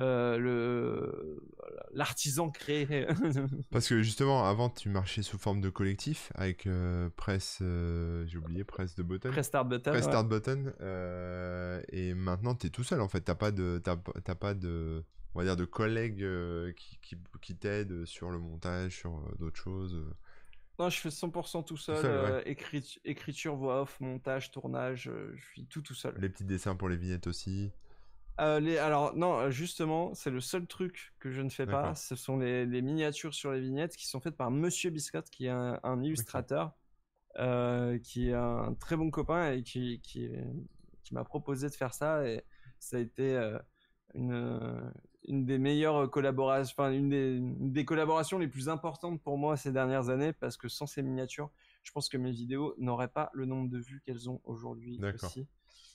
l'artisan créé. Parce que justement, avant, tu marchais sous forme de collectif avec Press, j'ai oublié, Press de Button. Press Start Button. Press Start Button. Et maintenant, tu es tout seul, en fait. T'as pas de, on va dire, de collègues qui t'aident sur le montage, sur d'autres choses. Non, je fais 100% tout seul. Écriture, voix off, montage, tournage, je suis tout seul. Les petits dessins pour les vignettes aussi. Alors non, justement, c'est le seul truc que je ne fais pas. Ce sont les miniatures sur les vignettes qui sont faites par Monsieur Biscotte, qui est un illustrateur, qui est un très bon copain, et qui m'a proposé de faire ça, et ça a été une des meilleures collaborations, enfin une des collaborations les plus importantes pour moi ces dernières années, parce que sans ces miniatures, je pense que mes vidéos n'auraient pas le nombre de vues qu'elles ont aujourd'hui. Aussi.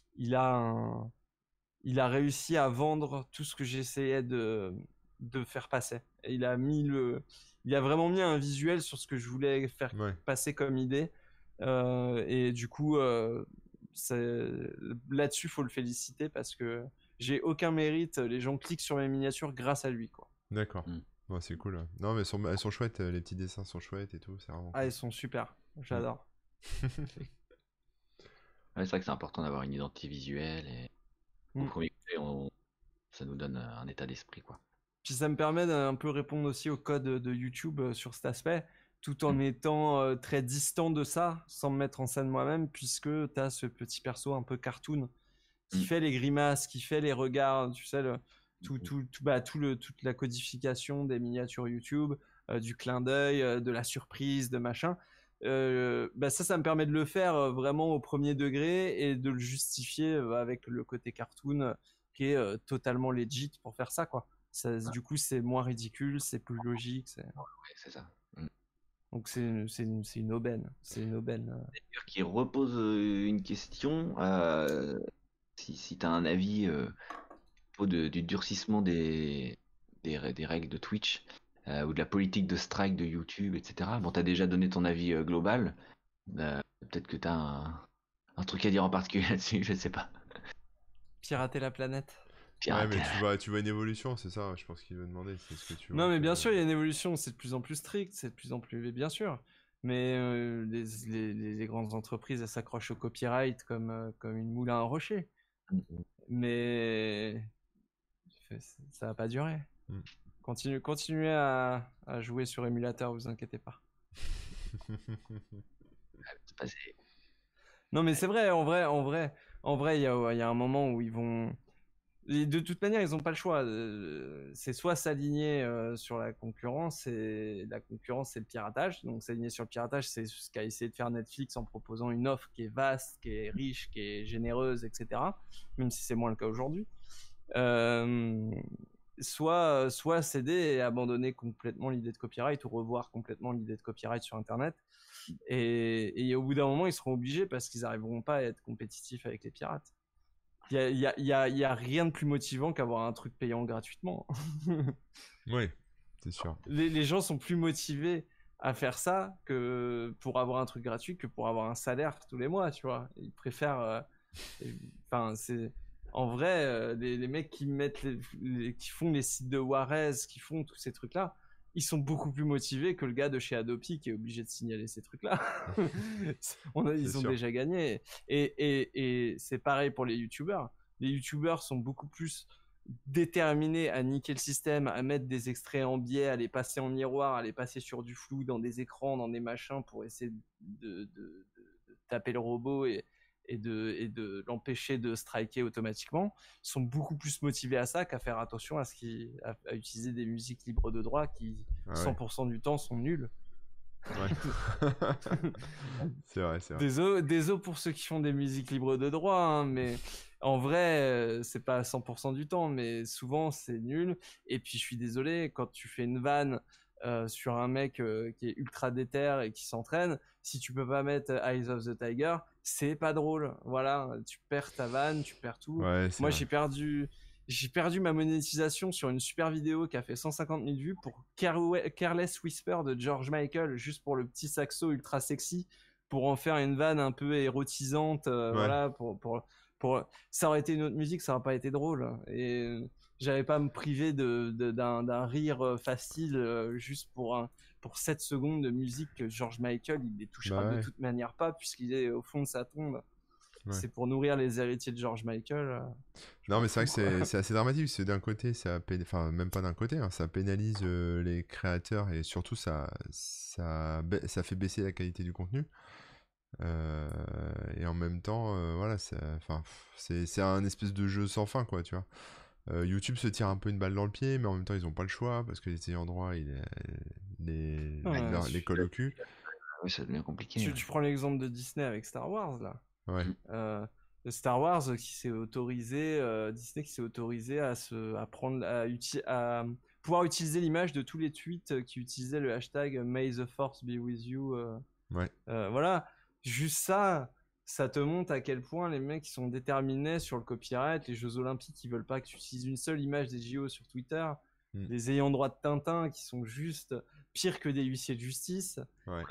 Il a réussi à vendre tout ce que j'essayais de faire passer. Et il a vraiment mis un visuel sur ce que je voulais faire passer comme idée. Et du coup, là-dessus, faut le féliciter, parce que j'ai aucun mérite. Les gens cliquent sur mes miniatures grâce à lui, quoi. D'accord. C'est cool. Non, mais elles sont chouettes. Les petits dessins sont chouettes et tout. C'est vraiment cool. Ils sont super. J'adore. C'est vrai que c'est important d'avoir une identité visuelle, et au premier coup, ça nous donne un état d'esprit, quoi. Puis ça me permet d'un peu répondre aussi au code de YouTube sur cet aspect, tout en étant très distant de ça, sans me mettre en scène moi-même, puisque tu as ce petit perso un peu cartoon qui fait les grimaces, qui fait les regards, tu sais, toute la codification des miniatures YouTube, du clin d'œil, de la surprise, de machin. Ça me permet de le faire vraiment au premier degré et de le justifier avec le côté cartoon qui est totalement legit pour faire ça, quoi. Du coup, c'est moins ridicule, c'est plus logique. Ouais, c'est ça. Donc c'est une aubaine. C'est une aubaine. D'ailleurs, qui repose une question. Si tu as un avis du durcissement des règles de Twitch ou de la politique de strike de YouTube, etc. Bon, tu as déjà donné ton avis global. Peut-être que tu as un truc à dire en particulier là-dessus, je sais pas. Pirater la planète. Ouais, mais tu vois une évolution, c'est ça, je pense qu'il veut demander. C'est ce que tu vois. Non, mais bien sûr, il y a une évolution, c'est de plus en plus strict, c'est de plus en plus. Bien sûr. Mais les grandes entreprises, elles s'accrochent au copyright comme une moule à un rocher. Mais ça va pas durer. Continuez à jouer sur émulateur, vous inquiétez pas. Non, mais c'est vrai, en vrai, il y a un moment où ils vont. Et de toute manière, ils n'ont pas le choix. C'est soit s'aligner sur la concurrence, et la concurrence, c'est le piratage. Donc, s'aligner sur le piratage, c'est ce qu'a essayé de faire Netflix en proposant une offre qui est vaste, qui est riche, qui est généreuse, etc. Même si c'est moins le cas aujourd'hui. Soit céder et abandonner complètement l'idée de copyright ou revoir complètement l'idée de copyright sur Internet. Et au bout d'un moment, ils seront obligés parce qu'ils n'arriveront pas à être compétitifs avec les pirates. Il y a rien de plus motivant qu'avoir un truc payant gratuitement. Oui, c'est sûr. Les gens sont plus motivés à faire ça que pour avoir un truc gratuit que pour avoir un salaire tous les mois, tu vois. Ils préfèrent... c'est... En vrai, les mecs qui qui font les sites de Juarez, qui font tous ces trucs-là, ils sont beaucoup plus motivés que le gars de chez Adopi qui est obligé de signaler ces trucs-là. Ils ont déjà gagné. Et c'est pareil pour les youtubeurs. Les youtubeurs sont beaucoup plus déterminés à niquer le système, à mettre des extraits en biais, à les passer en miroir, à les passer sur du flou, dans des écrans, dans des machins pour essayer de taper le robot et de l'empêcher de striker automatiquement, sont beaucoup plus motivés à ça qu'à faire attention à utiliser des musiques libres de droit qui 100% du temps sont nulles. Ouais. c'est vrai. Désolé pour ceux qui font des musiques libres de droit, hein, mais en vrai, c'est pas 100% du temps, mais souvent c'est nul. Et puis je suis désolé, quand tu fais une vanne sur un mec qui est ultra déter et qui s'entraîne, si tu peux pas mettre Eyes of the Tiger, c'est pas drôle. Voilà, tu perds ta vanne, tu perds tout. Moi, j'ai perdu ma monétisation sur une super vidéo qui a fait 150 000 vues pour Careless Whisper de George Michael, juste pour le petit saxo ultra sexy, pour en faire une vanne un peu érotisante. Voilà, ça aurait été une autre musique, ça aurait pas été drôle. Et j'avais pas à me priver d'un rire facile juste pour 7 secondes de musique que George Michael, il les touchera de toute manière pas, puisqu'il est au fond de sa tombe. Ouais. C'est pour nourrir les héritiers de George Michael. Non, mais c'est vrai que c'est assez dramatique. C'est d'un côté, enfin, même pas d'un côté, hein, ça pénalise les créateurs et surtout ça fait baisser la qualité du contenu. Et en même temps, voilà, c'est un espèce de jeu sans fin, quoi, tu vois. YouTube se tire un peu une balle dans le pied, mais en même temps, ils ont pas le choix parce que les ayants droit, les collent au cul. Oui, ça devient compliqué. Tu prends l'exemple de Disney avec Star Wars, là. Ouais. Star Wars qui s'est autorisé, Disney qui s'est autorisé à pouvoir utiliser l'image de tous les tweets qui utilisaient le hashtag May the Force be with you. Voilà, juste ça te montre à quel point les mecs sont déterminés sur le copyright. Les Jeux Olympiques, ils veulent pas que tu utilises une seule image des JO sur Twitter. Les ayants droit de Tintin qui sont juste pires que des huissiers de justice. Ouais.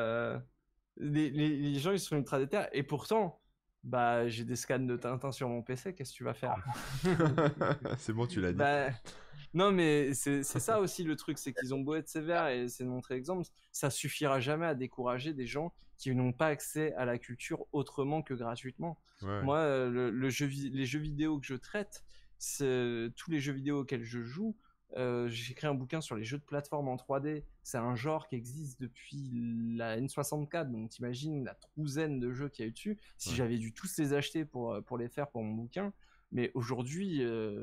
Les gens ils sont ultra déter et pourtant j'ai des scans de Tintin sur mon PC, qu'est-ce que tu vas faire? C'est bon, tu l'as dit. Non, mais c'est ça aussi le truc, c'est qu'ils ont beau être sévères et c'est de montrer l'exemple, ça suffira jamais à décourager des gens qui n'ont pas accès à la culture autrement que gratuitement. Moi, les jeux vidéo que je traite, tous les jeux vidéo auxquels je joue, j'ai écrit un bouquin sur les jeux de plateforme en 3D. C'est un genre qui existe depuis la N64, donc t'imagines la trouzaine de jeux qu'il y a eu dessus. Si j'avais dû tous les acheter pour les faire pour mon bouquin, Mais aujourd'hui,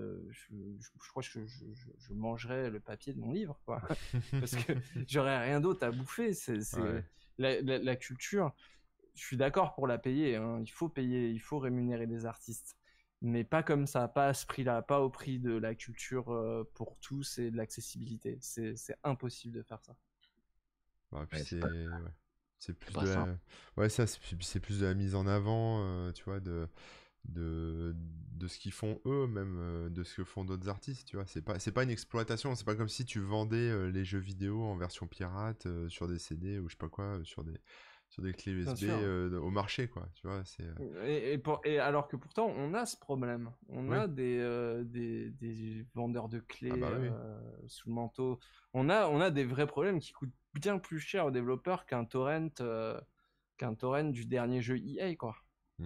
je crois que je mangerais le papier de mon livre, quoi. Parce que j'aurais rien d'autre à bouffer. C'est la culture. Je suis d'accord pour la payer, hein. Il faut payer, il faut rémunérer des artistes. Mais pas comme ça, pas à ce prix-là, pas au prix de la culture pour tous et de l'accessibilité. C'est impossible de faire ça. Bah, puis c'est plus de la... c'est plus de la mise en avant, tu vois, de ce qu'ils font eux, même de ce que font d'autres artistes, tu vois. C'est pas une exploitation, c'est pas comme si tu vendais les jeux vidéo en version pirate sur des CD ou je sais pas quoi, sur des clés USB au marché, quoi, tu vois. Et alors que pourtant, on a ce problème. On a des vendeurs de clés sous le manteau. On a des vrais problèmes qui coûtent bien plus cher aux développeurs qu'un torrent du dernier jeu EA, quoi.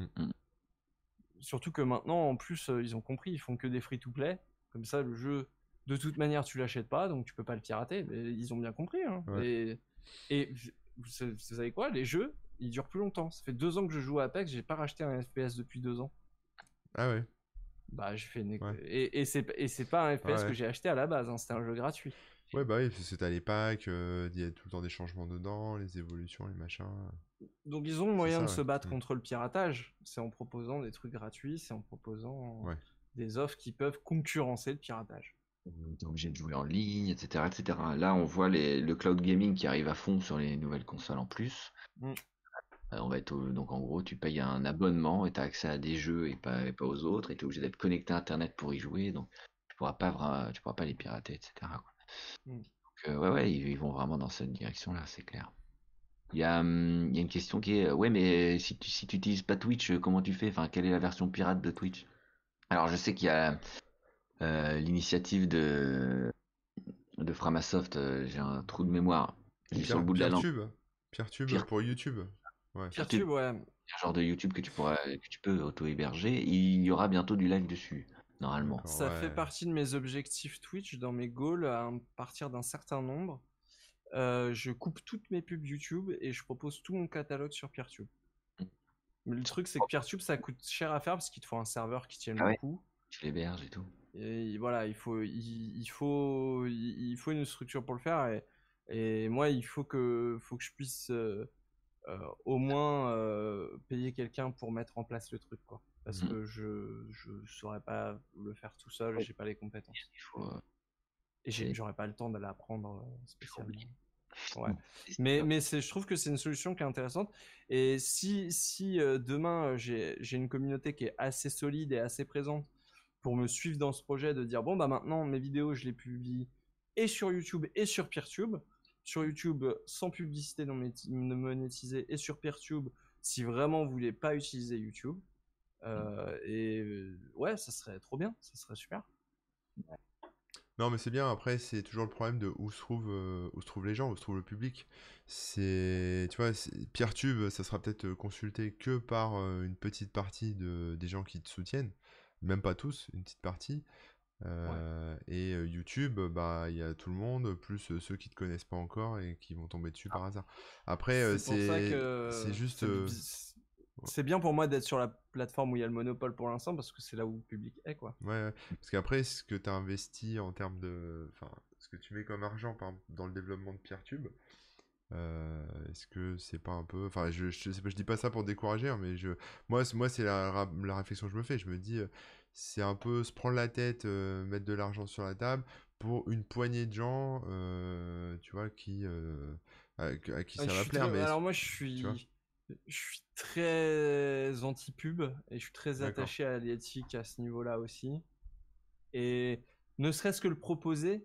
Surtout que maintenant, en plus, ils ont compris, ils font que des free-to-play. Comme ça, le jeu, de toute manière, tu l'achètes pas, donc tu peux pas le pirater. Mais ils ont bien compris, hein. Et vous savez quoi, les jeux, ils durent plus longtemps. Ça fait 2 ans que je joue à Apex, j'ai pas racheté un FPS depuis 2 ans. Ah ouais. Bah j'ai fait une... et c'est pas un FPS que j'ai acheté à la base, hein. C'était un jeu gratuit. Ouais, bah oui, parce que t'as les packs, il y a tout le temps des changements dedans, les évolutions, les machins. Donc ils ont moyen de se battre contre le piratage. C'est en proposant des trucs gratuits, c'est en proposant des offres qui peuvent concurrencer le piratage. T'es obligé de jouer en ligne, etc., etc. Là, on voit le cloud gaming qui arrive à fond sur les nouvelles consoles en plus. On va être donc en gros, tu payes un abonnement et tu as accès à des jeux et pas aux autres, et tu es obligé d'être connecté à Internet pour y jouer, donc tu pourras pas les pirater, etc., quoi. Donc ils vont vraiment dans cette direction-là, c'est clair. Il y a une question qui est mais si tu utilises pas Twitch, comment tu fais? Enfin, quelle est la version pirate de Twitch? Alors, je sais qu'il y a l'initiative de Framasoft, j'ai un trou de mémoire. J'ai sur le bout de la langue. PeerTube pour YouTube. PeerTube, ouais. Un genre de YouTube que tu peux auto-héberger. Il y aura bientôt du live dessus, normalement. Ça fait partie de mes objectifs Twitch, dans mes goals, à partir d'un certain nombre. Je coupe toutes mes pubs YouTube et je propose tout mon catalogue sur PeerTube. Mais le truc, c'est que PeerTube, ça coûte cher à faire parce qu'il te faut un serveur qui tienne le coup. Tu l'héberges et tout. Et voilà, il faut une structure pour le faire. Et moi, il faut que je puisse au moins payer quelqu'un pour mettre en place le truc, quoi. Parce que je saurais pas le faire tout seul, j'ai pas les compétences. Et j'aurais pas le temps de l'apprendre spécialement. Ouais. Mais je trouve que c'est une solution qui est intéressante. Et si demain j'ai une communauté qui est assez solide et assez présente pour me suivre dans ce projet, de dire bon bah maintenant mes vidéos je les publie et sur YouTube et sur PeerTube. Sur YouTube sans publicité non monétisée et sur PeerTube si vraiment vous voulez pas utiliser YouTube. Ouais, ça serait trop bien, ça serait super. Non, mais c'est bien. Après, c'est toujours le problème de où se trouvent les gens, où se trouve le public. Tu vois, PeerTube, ça sera peut-être consulté que par une petite partie des gens qui te soutiennent, même pas tous, une petite partie. Et YouTube, bah il y a tout le monde, plus ceux qui te connaissent pas encore et qui vont tomber dessus par hasard. Après, c'est juste. C'est bien pour moi d'être sur la plateforme où il y a le monopole pour l'instant parce que c'est là où le public est, quoi. Ouais, parce qu'après, ce que tu as investi en termes de. Enfin, ce que tu mets comme argent par exemple, dans le développement de PeerTube, est-ce que c'est pas un peu. Enfin, je sais pas, je dis pas ça pour décourager, hein, mais moi c'est la réflexion que je me fais. Je me dis, c'est un peu se prendre la tête, mettre de l'argent sur la table pour une poignée de gens, tu vois, à qui ça va plaire. Mais alors moi, je suis très anti-pub et je suis très attaché à l'éthique à ce niveau-là aussi. Et ne serait-ce que le proposer,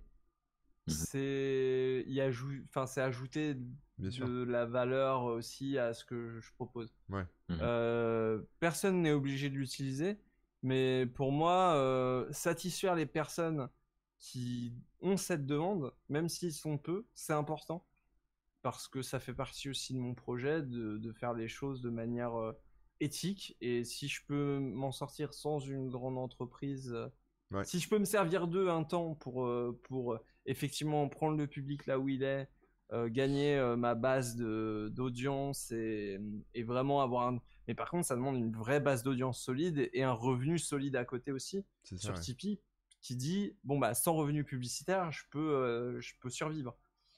c'est ajouter de la valeur aussi à ce que je propose. Personne n'est obligé de l'utiliser, mais pour moi, satisfaire les personnes qui ont cette demande, même s'ils sont peu, c'est important. Parce que ça fait partie aussi de mon projet de faire les choses de manière éthique. Et si je peux m'en sortir sans une grande entreprise, si je peux me servir d'eux un temps pour effectivement prendre le public là où il est, gagner ma base d'audience et vraiment avoir mais par contre ça demande une vraie base d'audience solide et un revenu solide à côté aussi sur Tipeee qui dit bon bah sans revenu publicitaire je peux survivre,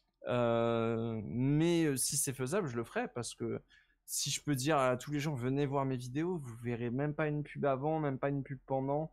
mais si c'est faisable je le ferai parce que si je peux dire à tous les gens venez voir mes vidéos, vous verrez même pas une pub avant, même pas une pub pendant,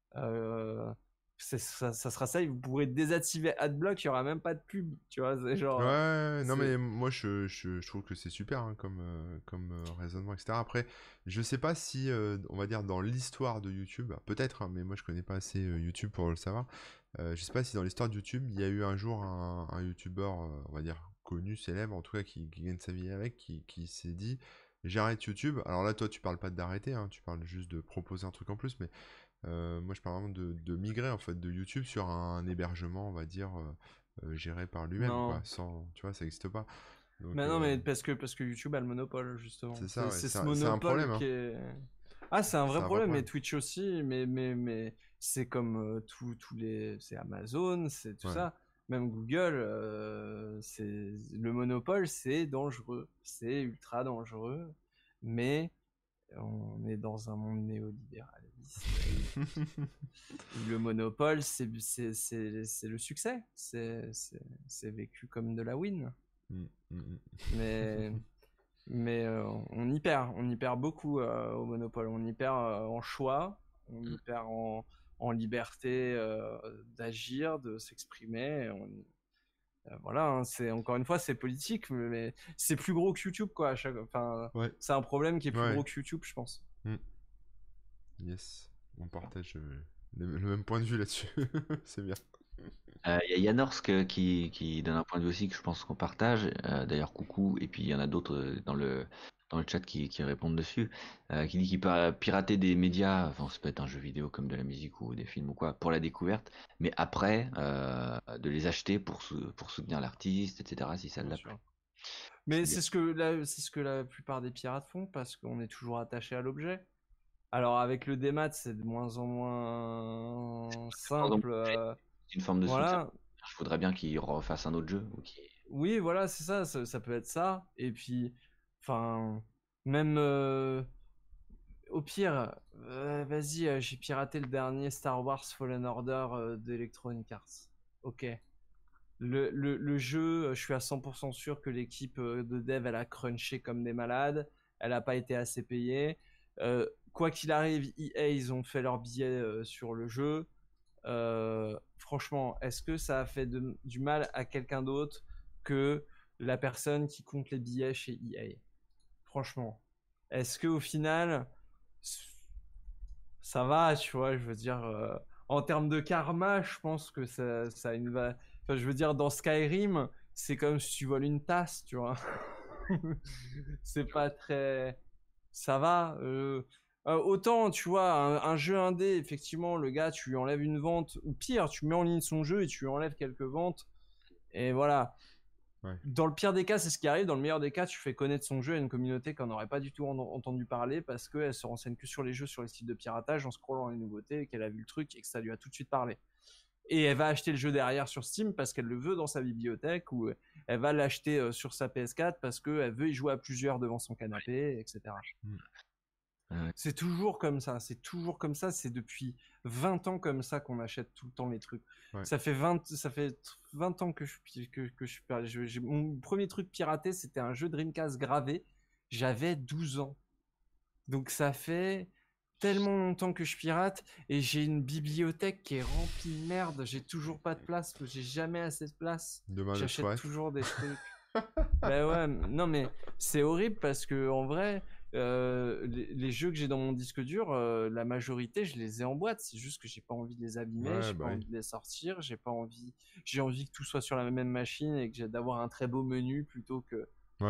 ça sera ça, vous pourrez désactiver Adblock, il y aura même pas de pub, tu vois, c'est genre non mais moi je trouve que c'est super hein, comme raisonnement, etc. Après je sais pas si on va dire dans l'histoire de YouTube, peut-être hein, mais moi je connais pas assez YouTube pour le savoir, je sais pas si dans l'histoire de YouTube il y a eu un jour un YouTuber on va dire connu, célèbre en tout cas qui gagne sa vie avec, qui s'est dit j'arrête YouTube. Alors là toi tu parles pas d'arrêter hein, tu parles juste de proposer un truc en plus, mais moi je parle vraiment de migrer en fait de YouTube sur un hébergement on va dire géré par lui-même quoi, sans, tu vois, ça n'existe pas. Donc, mais non mais parce que YouTube a le monopole justement. C'est ça, c'est ce monopole un problème, qui est... Ah c'est un vrai problème, mais Twitch aussi, mais c'est comme tous les, c'est Amazon, c'est tout ça, même Google, c'est le monopole, c'est dangereux, c'est ultra dangereux, mais on est dans un monde néolibéraliste. Le monopole, c'est le succès. C'est vécu comme de la win. Mais on y perd beaucoup au monopole. On y perd en choix, on y perd en liberté d'agir, de s'exprimer. Voilà, hein, c'est encore une fois c'est politique, mais c'est plus gros que YouTube quoi. C'est un problème qui est plus gros que YouTube, je pense. Yes, on partage le même point de vue là-dessus. C'est bien. Il y a Yanorsk qui donne un point de vue aussi que je pense qu'on partage. D'ailleurs, coucou. Et puis il y en a d'autres dans le chat qui répondent dessus, qui dit qu'il peut pirater des médias, enfin ça peut être un jeu vidéo comme de la musique ou des films ou quoi, pour la découverte, mais après de les acheter pour soutenir l'artiste, etc. si ça l'a plu. Mais c'est ce que la plupart des pirates font parce qu'on est toujours attaché à l'objet. Alors avec le démat, c'est de moins en moins simple. C'est une forme de soutien. Je voudrais bien qu'ils refassent un autre jeu. Oui, voilà, c'est ça, ça peut être ça. Et puis, enfin, même au pire, vas-y, j'ai piraté le dernier Star Wars Fallen Order d'Electronic Arts. Ok. Le jeu, je suis à 100% sûr que l'équipe de dev, elle a crunché comme des malades. Elle n'a pas été assez payée. Quoi qu'il arrive, EA, ils ont fait leur billet sur le jeu. Franchement, est-ce que ça a fait du mal à quelqu'un d'autre que la personne qui compte les billets chez EA? Franchement, est-ce que au final, ça va, tu vois, je veux dire, en termes de karma, je pense que ça a une... Enfin, je veux dire, dans Skyrim, c'est comme si tu voles une tasse, tu vois. C'est pas très... Ça va. Autant, tu vois, un jeu indé, effectivement, le gars, tu lui enlèves une vente, ou pire, tu mets en ligne son jeu et tu lui enlèves quelques ventes. Et voilà. Dans le pire des cas, c'est ce qui arrive. Dans le meilleur des cas, tu fais connaître son jeu à une communauté qu'on n'aurait pas du tout entendu parler parce qu'elle se renseigne que sur les jeux, sur les sites de piratage, en scrollant les nouveautés, et qu'elle a vu le truc et que ça lui a tout de suite parlé. Et elle va acheter le jeu derrière sur Steam parce qu'elle le veut dans sa bibliothèque, ou elle va l'acheter sur sa PS4 parce qu'elle veut y jouer à plusieurs devant son canapé, etc. C'est toujours comme ça, c'est depuis 20 ans comme ça qu'on achète tout le temps les trucs. Ça fait 20 ans que mon premier truc piraté, c'était un jeu Dreamcast gravé, j'avais 12 ans. Donc ça fait tellement longtemps que je pirate et j'ai une bibliothèque qui est remplie de merde, j'ai toujours pas de place, parce que j'ai jamais assez de place. J'achète toujours des trucs. Bah ouais, non mais c'est horrible parce que en vrai, les jeux que j'ai dans mon disque dur, la majorité, je les ai en boîte. C'est juste que j'ai pas envie de les abîmer, j'ai pas envie de les sortir, j'ai envie que tout soit sur la même machine et que j'ai d'avoir un très beau menu plutôt que.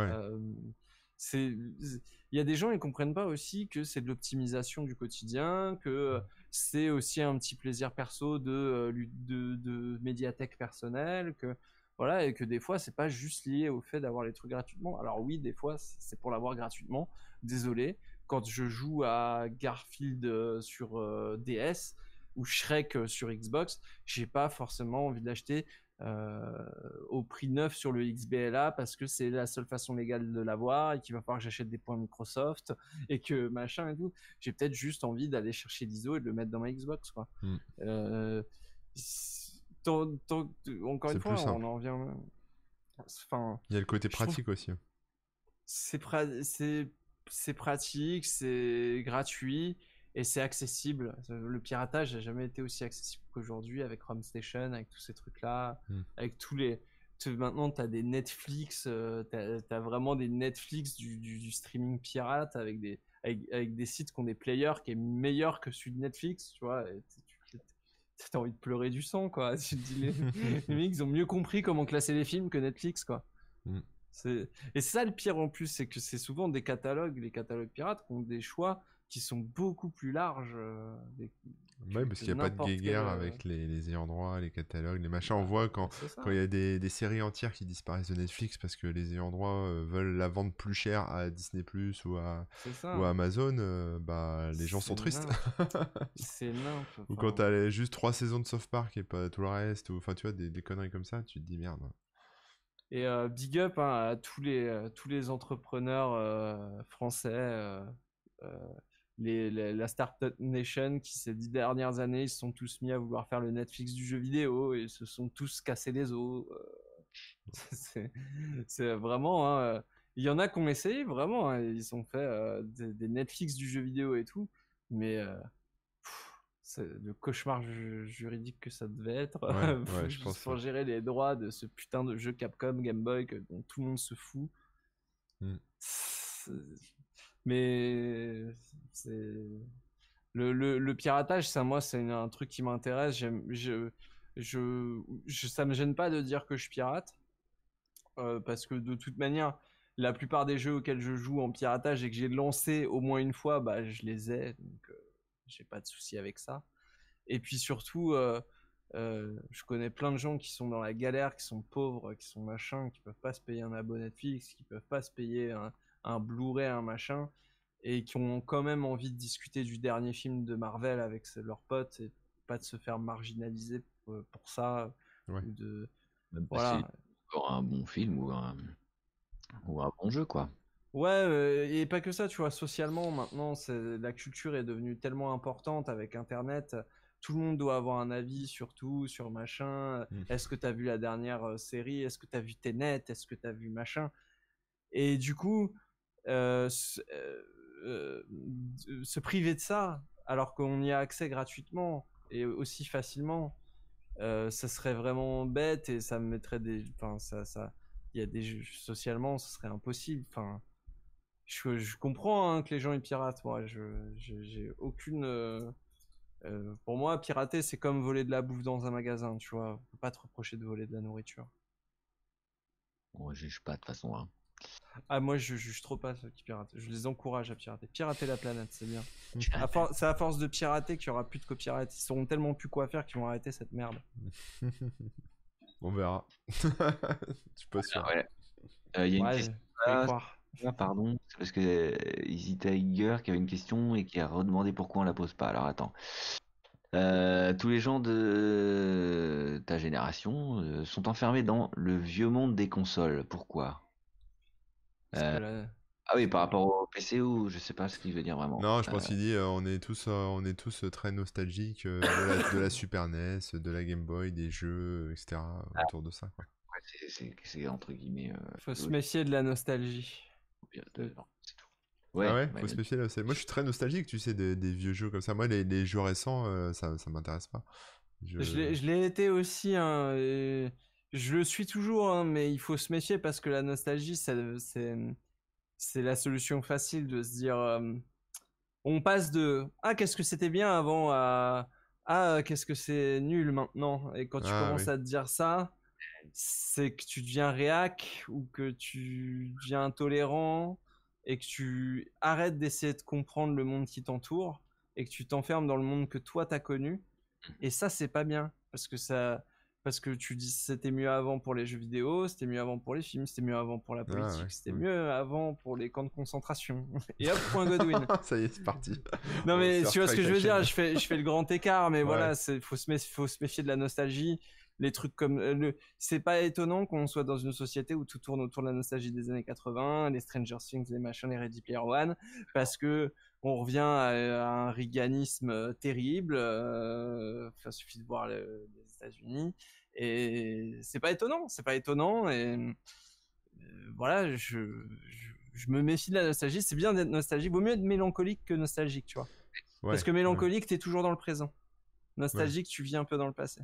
Il y a des gens, ils comprennent pas aussi que c'est de l'optimisation du quotidien, que c'est aussi un petit plaisir perso de médiathèque personnelle, que voilà, et que des fois c'est pas juste lié au fait d'avoir les trucs gratuitement. Alors oui, des fois c'est pour l'avoir gratuitement. Désolé, quand je joue à Garfield sur DS, ou Shrek sur Xbox, j'ai pas forcément envie d'acheter au prix neuf sur le XBLA parce que c'est la seule façon légale de l'avoir et qu'il va falloir que j'achète des points Microsoft et que machin et tout. J'ai peut-être juste envie d'aller chercher l'ISO et de le mettre dans ma Xbox, quoi. Encore une fois, on en revient. Enfin, il y a le côté pratique aussi. C'est pratique, c'est gratuit et c'est accessible. Le piratage n'a jamais été aussi accessible qu'aujourd'hui avec ROM Station, avec tous ces trucs-là, avec tous les. Maintenant, tu as des Netflix, tu as vraiment des Netflix du streaming pirate avec des sites qui ont des players qui est meilleur que celui de Netflix, tu vois. T'as envie de pleurer du sang, quoi. Tu te dis, les mecs, ils ont mieux compris comment classer les films que Netflix, quoi. Et c'est ça le pire en plus, c'est que c'est souvent les catalogues pirates qui ont des choix qui sont beaucoup plus larges. Parce qu'il n'y a pas de guéguerre avec les ayants droit, les catalogues, les machins. On voit quand il y a des séries entières qui disparaissent de Netflix parce que les ayants droit veulent la vendre plus cher à Disney Plus ou à Amazon, les gens sont tristes. C'est nimp. Ou quand t'as juste 3 saisons de South Park et pas tout le reste, ou enfin tu vois, des conneries comme ça, tu te dis merde. Et big up à tous les entrepreneurs français, la Startup Nation qui ces 10 dernières années ils se sont tous mis à vouloir faire le Netflix du jeu vidéo et se sont tous cassés les os. C'est vraiment... il y en a qui ont essayé vraiment, ils ont fait des Netflix du jeu vidéo et tout, mais... c'est le cauchemar juridique que ça devait être je pense pour gérer les droits de ce putain de jeu Capcom Game Boy dont tout le monde se fout. Mais c'est le piratage, ça moi c'est un truc qui m'intéresse. Ça me gêne pas de dire que je pirate parce que de toute manière la plupart des jeux auxquels je joue en piratage et que j'ai lancé au moins une fois, je les ai, donc j'ai pas de souci avec ça. Et puis surtout, je connais plein de gens qui sont dans la galère, qui sont pauvres, qui sont machin, qui peuvent pas se payer un abonné Netflix, qui peuvent pas se payer un Blu-ray, un machin, et qui ont quand même envie de discuter du dernier film de Marvel avec leurs potes et pas de se faire marginaliser pour ça. Ou de... Voilà. Pour un bon film ou un bon jeu, quoi. Ouais, et pas que ça, tu vois, socialement, maintenant, la culture est devenue tellement importante avec Internet. Tout le monde doit avoir un avis sur tout, sur machin. Est-ce que tu as vu la dernière série? Est-ce que tu as vu Tenet? Est-ce que tu as vu machin? Et du coup, se priver de ça, alors qu'on y a accès gratuitement et aussi facilement, ça serait vraiment bête et ça me mettrait des... Enfin, il y a des jeux, socialement, ce serait impossible. Enfin... Je comprends que les gens ils piratent. Moi, j'ai aucune. Pour moi, pirater, c'est comme voler de la bouffe dans un magasin. Tu vois, on peut pas te reprocher de voler de la nourriture. Bon, je juge pas de toute façon. Hein. Ah, moi, je juge trop pas ceux qui piratent. Je les encourage à pirater. Pirater la planète, c'est bien. C'est à force de pirater qu'il y aura plus de copyright. Ils sauront tellement plus quoi faire qu'ils vont arrêter cette merde. On verra. Je suis pas sûr. Il y a une question. Pardon, c'est parce que Easy Tiger qui avait une question et qui a redemandé pourquoi on la pose pas. Alors attends. Tous les gens de ta génération sont enfermés dans le vieux monde des consoles. Pourquoi? Ah oui, par rapport au PC ou je sais pas ce qu'il veut dire vraiment. Non, je pense qu'il dit on est tous très nostalgiques de la Super NES, de la Game Boy, des jeux, etc. autour de ça. Quoi. Ouais, c'est entre guillemets. Faut se méfier de la nostalgie. C'est tout. Ouais, faut se méfier là. Moi, je suis très nostalgique, tu sais, des vieux jeux comme ça. Moi, les jeux récents, ça m'intéresse pas. Je l'ai été aussi, hein, et je le suis toujours, hein, mais il faut se méfier parce que la nostalgie, c'est la solution facile de se dire, on passe de qu'est-ce que c'était bien avant à qu'est-ce que c'est nul maintenant. Et quand tu commences à te dire ça, c'est que tu deviens réac ou que tu deviens intolérant et que tu arrêtes d'essayer de comprendre le monde qui t'entoure et que tu t'enfermes dans le monde que toi t'as connu. Et ça, c'est pas bien parce que ça, parce que tu dis c'était mieux avant pour les jeux vidéo, c'était mieux avant pour les films, c'était mieux avant pour la politique, c'était mieux avant pour les camps de concentration. Et hop, point Godwin. Ça y est, c'est parti. Non mais tu vois ce que je veux dire, je fais le grand écart, mais voilà, faut se méfier de la nostalgie. Les trucs comme c'est pas étonnant qu'on soit dans une société où tout tourne autour de la nostalgie des années 80, les Stranger Things, les machins, les Ready Player One, parce que on revient à un reaganisme terrible. Il suffit de voir les États-Unis et c'est pas étonnant et voilà, je me méfie de la nostalgie. C'est bien d'être nostalgique, vaut mieux être mélancolique que nostalgique, tu vois. Parce que mélancolique, t'es toujours dans le présent. Nostalgique, tu vis un peu dans le passé.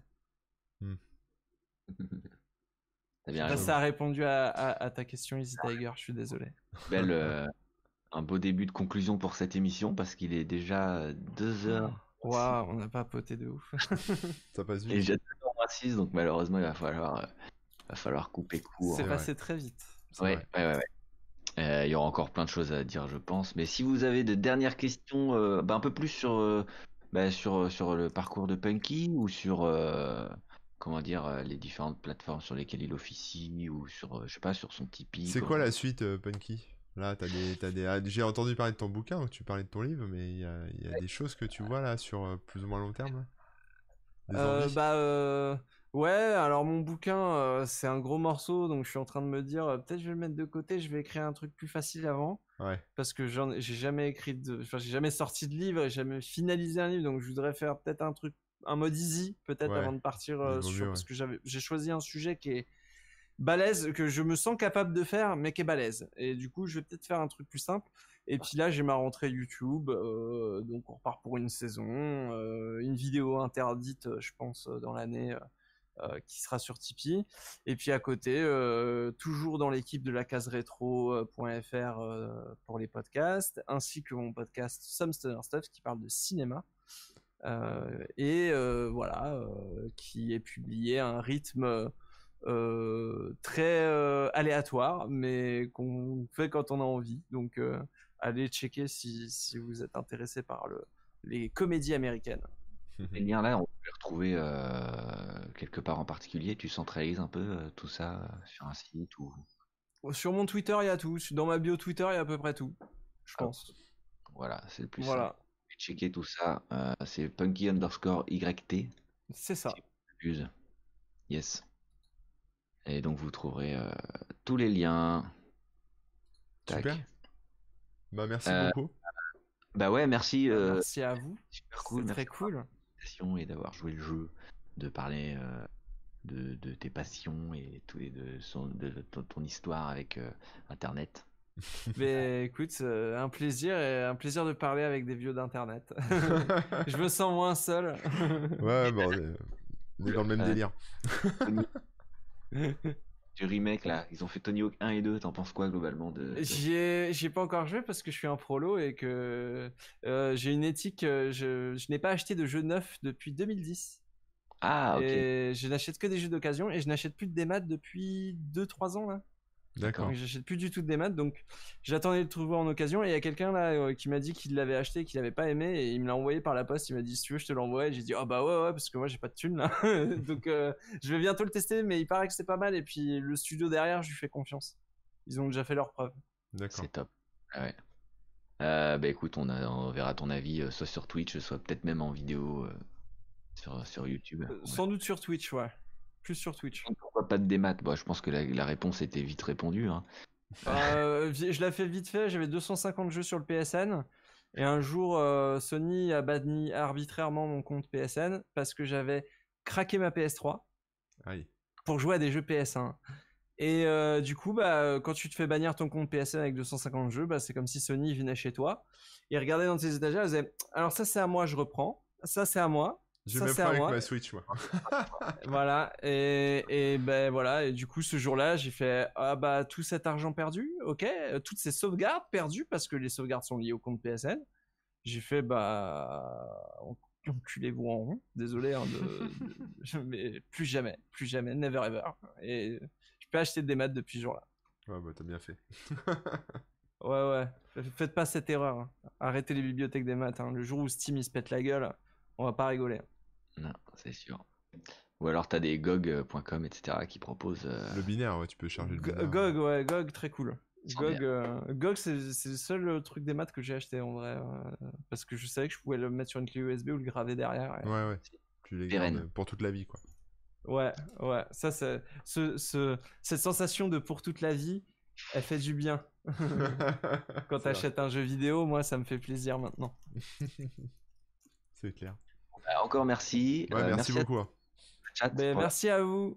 Ça a répondu à ta question, Easy Tiger, je suis désolé. Un beau début de conclusion pour cette émission parce qu'il est déjà 2h. Waouh, on n'a pas poté de ouf. Ça passe vite. Et déjà 2h26, donc malheureusement il va falloir couper court. C'est passé très vite. Ouais. Il y aura encore plein de choses à dire, je pense. Mais si vous avez de dernières questions, un peu plus sur le parcours de Punky ou sur les différentes plateformes sur lesquelles il officie ou sur je sais pas, sur son Tipeee. C'est quoi la suite, Punky? Là, j'ai entendu parler de ton bouquin, tu parlais de ton livre, mais il y a des choses que tu vois là sur plus ou moins long terme là? Ouais, alors mon bouquin, c'est un gros morceau, donc je suis en train de me dire, peut-être je vais le mettre de côté, je vais écrire un truc plus facile avant. Ouais. Parce que j'ai jamais j'ai jamais sorti de livre, et jamais finalisé un livre, donc je voudrais faire peut-être un mode easy, peut-être avant de partir parce que j'ai choisi un sujet qui est balèze, que je me sens capable de faire, mais qui est balèze. Et du coup, je vais peut-être faire un truc plus simple. Et puis là, j'ai ma rentrée YouTube, donc on repart pour une saison, une vidéo interdite, je pense, dans l'année, qui sera sur Tipeee. Et puis à côté, toujours dans l'équipe de la case rétro.fr pour les podcasts, ainsi que mon podcast Some Stoner Stuff qui parle de cinéma. Qui est publié à un rythme très aléatoire, mais qu'on fait quand on a envie. Donc allez checker si vous êtes intéressé par les comédies américaines. Les liens là, on peut les retrouver quelque part en particulier. Tu centralises un peu tout ça sur un site ou... Sur mon Twitter, il y a tout. Dans ma bio Twitter, il y a à peu près tout, je pense. Voilà, c'est le plus simple. Checker tout ça, c'est punky_YT. C'est ça. Yes. Et donc vous trouverez tous les liens. Super. Bah merci beaucoup. Bah ouais, merci. Merci à vous. Super cool. C'est très cool. Et d'avoir joué le jeu, de parler de tes passions et tout, et de ton histoire avec Internet. Mais écoute, un plaisir de parler avec des vieux d'Internet. Je me sens moins seul. Ouais, bon, on est dans le même délire. Du remake là, ils ont fait Tony Hawk 1 et 2, t'en penses quoi globalement J'y ai pas encore joué parce que je suis un prolo et que j'ai une éthique, je n'ai pas acheté de jeux neufs depuis 2010. Ah ok. Et je n'achète que des jeux d'occasion et je n'achète plus de démat depuis 2-3 ans là. D'accord. Donc j'achète plus du tout de démat, donc j'attendais de le trouver en occasion et il y a quelqu'un là qui m'a dit qu'il l'avait acheté et qu'il avait pas aimé et il me l'a envoyé par la poste. Il m'a dit si tu veux je te l'envoie et j'ai dit bah ouais parce que moi j'ai pas de thune là. Donc je vais bientôt le tester, mais il paraît que c'est pas mal et puis le studio derrière je lui fais confiance. Ils ont déjà fait leurs preuves. D'accord. C'est top. Ah ouais. Bah écoute, on verra ton avis soit sur Twitch, soit peut-être même en vidéo sur YouTube. Sans doute sur Twitch, ouais. Plus sur Twitch. Pourquoi pas de démat? Je pense que la réponse était vite répondue. Hein. Je l'ai fait vite fait, j'avais 250 jeux sur le PSN. Et un jour, Sony a banni arbitrairement mon compte PSN parce que j'avais craqué ma PS3 pour jouer à des jeux PS1. Et du coup, quand tu te fais bannir ton compte PSN avec 250 jeux, c'est comme si Sony venait chez toi. Il regardait dans tes étagères, il disait alors ça c'est à moi, je reprends. Ça c'est à moi. Je vais même pas avec ma Switch, moi. Voilà, et ben voilà, et du coup ce jour-là j'ai fait tout cet argent perdu, ok, toutes ces sauvegardes perdues parce que les sauvegardes sont liées au compte PSN. J'ai fait enculez-vous en rond, désolé mais plus jamais, never ever. Et je peux acheter des maths depuis ce jour-là. Ouais bah t'as bien fait. Ouais, faites pas cette erreur. Hein. Arrêtez les bibliothèques des maths. Hein. Le jour où Steam il se pète la gueule, on va pas rigoler. Non, c'est sûr. Ou alors t'as des GOG.com, etc. qui proposent. Le binaire, ouais, tu peux charger le binaire. GOG, ouais, GOG, très cool. GOG, c'est le seul truc des maths que j'ai acheté en vrai. Parce que je savais que je pouvais le mettre sur une clé USB ou le graver derrière. Ouais. Tu les gardes pour toute la vie, quoi. Ouais. Ça, c'est cette sensation de pour toute la vie, elle fait du bien. Quand t'achètes un jeu vidéo, moi, ça me fait plaisir maintenant. C'est clair. Encore merci. Ouais, merci beaucoup. Merci à vous.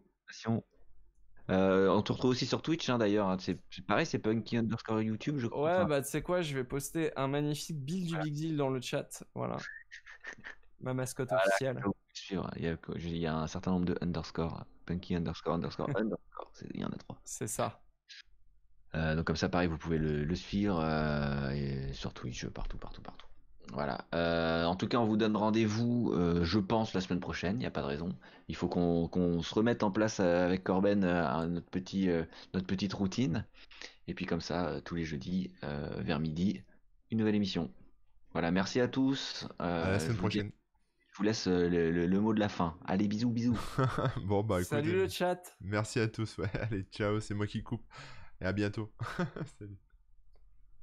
On te retrouve aussi sur Twitch, hein, d'ailleurs. Hein. C'est pareil, c'est Punky_YouTube, je crois. Ouais, tu sais quoi, je vais poster un magnifique Bill du Big Deal dans le chat. Voilà. Ma mascotte officielle. Il y a un certain nombre de underscore. Punky___. Il y en a 3. C'est ça. Donc comme ça, pareil, vous pouvez le suivre et sur Twitch, partout. Voilà. En tout cas, on vous donne rendez-vous, je pense, la semaine prochaine. Il n'y a pas de raison. Il faut qu'on se remette en place avec Corben notre petite routine. Et puis comme ça, tous les jeudis, vers midi, une nouvelle émission. Voilà, merci à tous. À la semaine prochaine. Je vous laisse le mot de la fin. Allez, bisous. Bon, bah écoutez. Salut le chat. Merci à tous. Ouais, allez, ciao, c'est moi qui coupe. Et à bientôt. Salut.